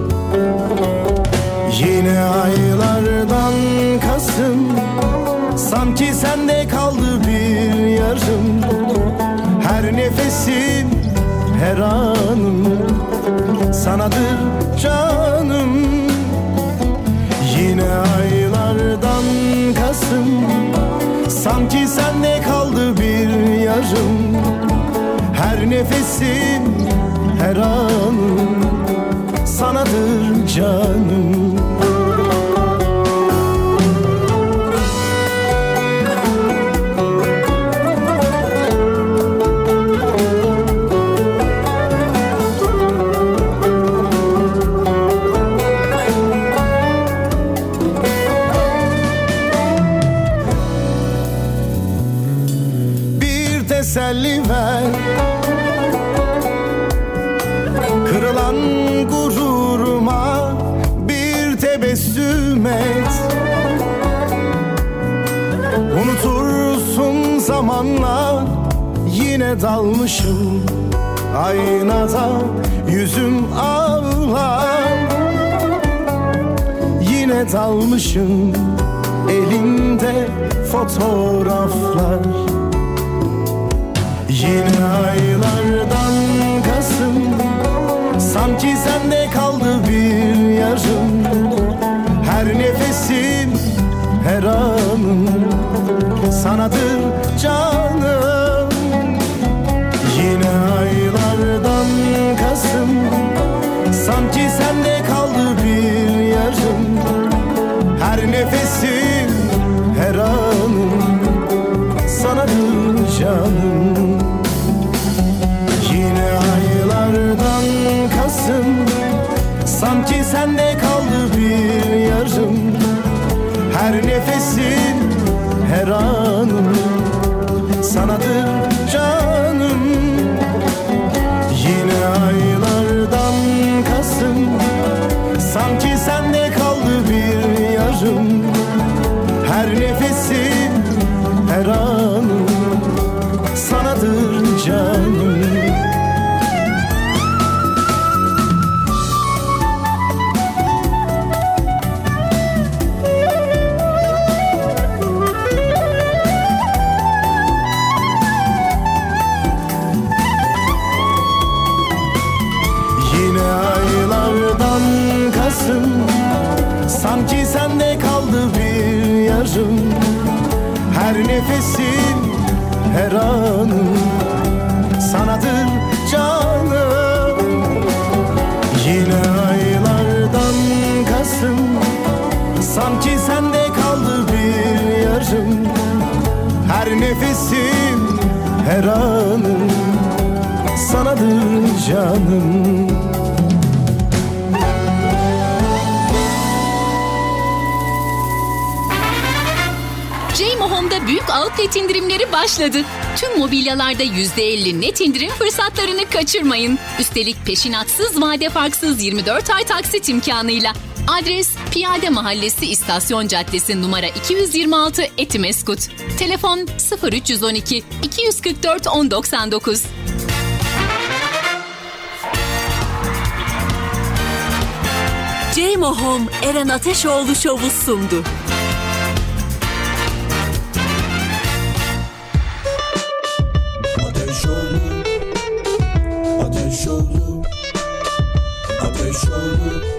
Yine aylardan Kasım, sanki sende kaldı bir yarım. Her nefesim, her anım sanadır canım. Yine aylardan Kasım, sanki sende kaldı bir yarım. Her nefesim, her anım sanadır canım. Teselli ver. Kırılan gururuma bir tebessüm et. Unutursun zamanla, yine dalmışım aynada, yüzüm ağlar. Yine dalmışım, elimde fotoğraflar. Yine aylardan Kasım, sanki sende kaldı bir yarım. Her nefesim, her anım sanadır canım. Yine aylardan Kasım, sanki sende kaldı bir yarım. Her nefesim, her anım sanadır canım. Yine aylardan Kasım, sanki sende kaldı bir yarım. Her nefesim, her anım sanadır canım. Yine aylardan Kasım, sanki sende kaldı bir yarım. Her nefesim, her anım sanadır canım. Yine aylardan Kasım, sanki sende kaldı bir yarım. Her nefesim, her anım sanadır canım. Yine aylardan Kasım, sanki sende kaldı bir yarım. Her nefesim, her anım sanadır canım. Ceymo Home'da büyük outlet indirimleri başladı. Tüm mobilyalarda yüzde elli net indirim fırsatlarını kaçırmayın. Üstelik peşinatsız, vade farksız yirmi dört ay taksit imkanıyla. Adres Piyade Mahallesi İstasyon Caddesi numara iki yüz yirmi altı Etimeskut. Telefon sıfır üç on iki iki kırk dört on doksan dokuz. Ceymo Home Eren Ateşoğlu Show'u sundu. Ateşoğlu, Ateşoğlu, Ateşoğlu.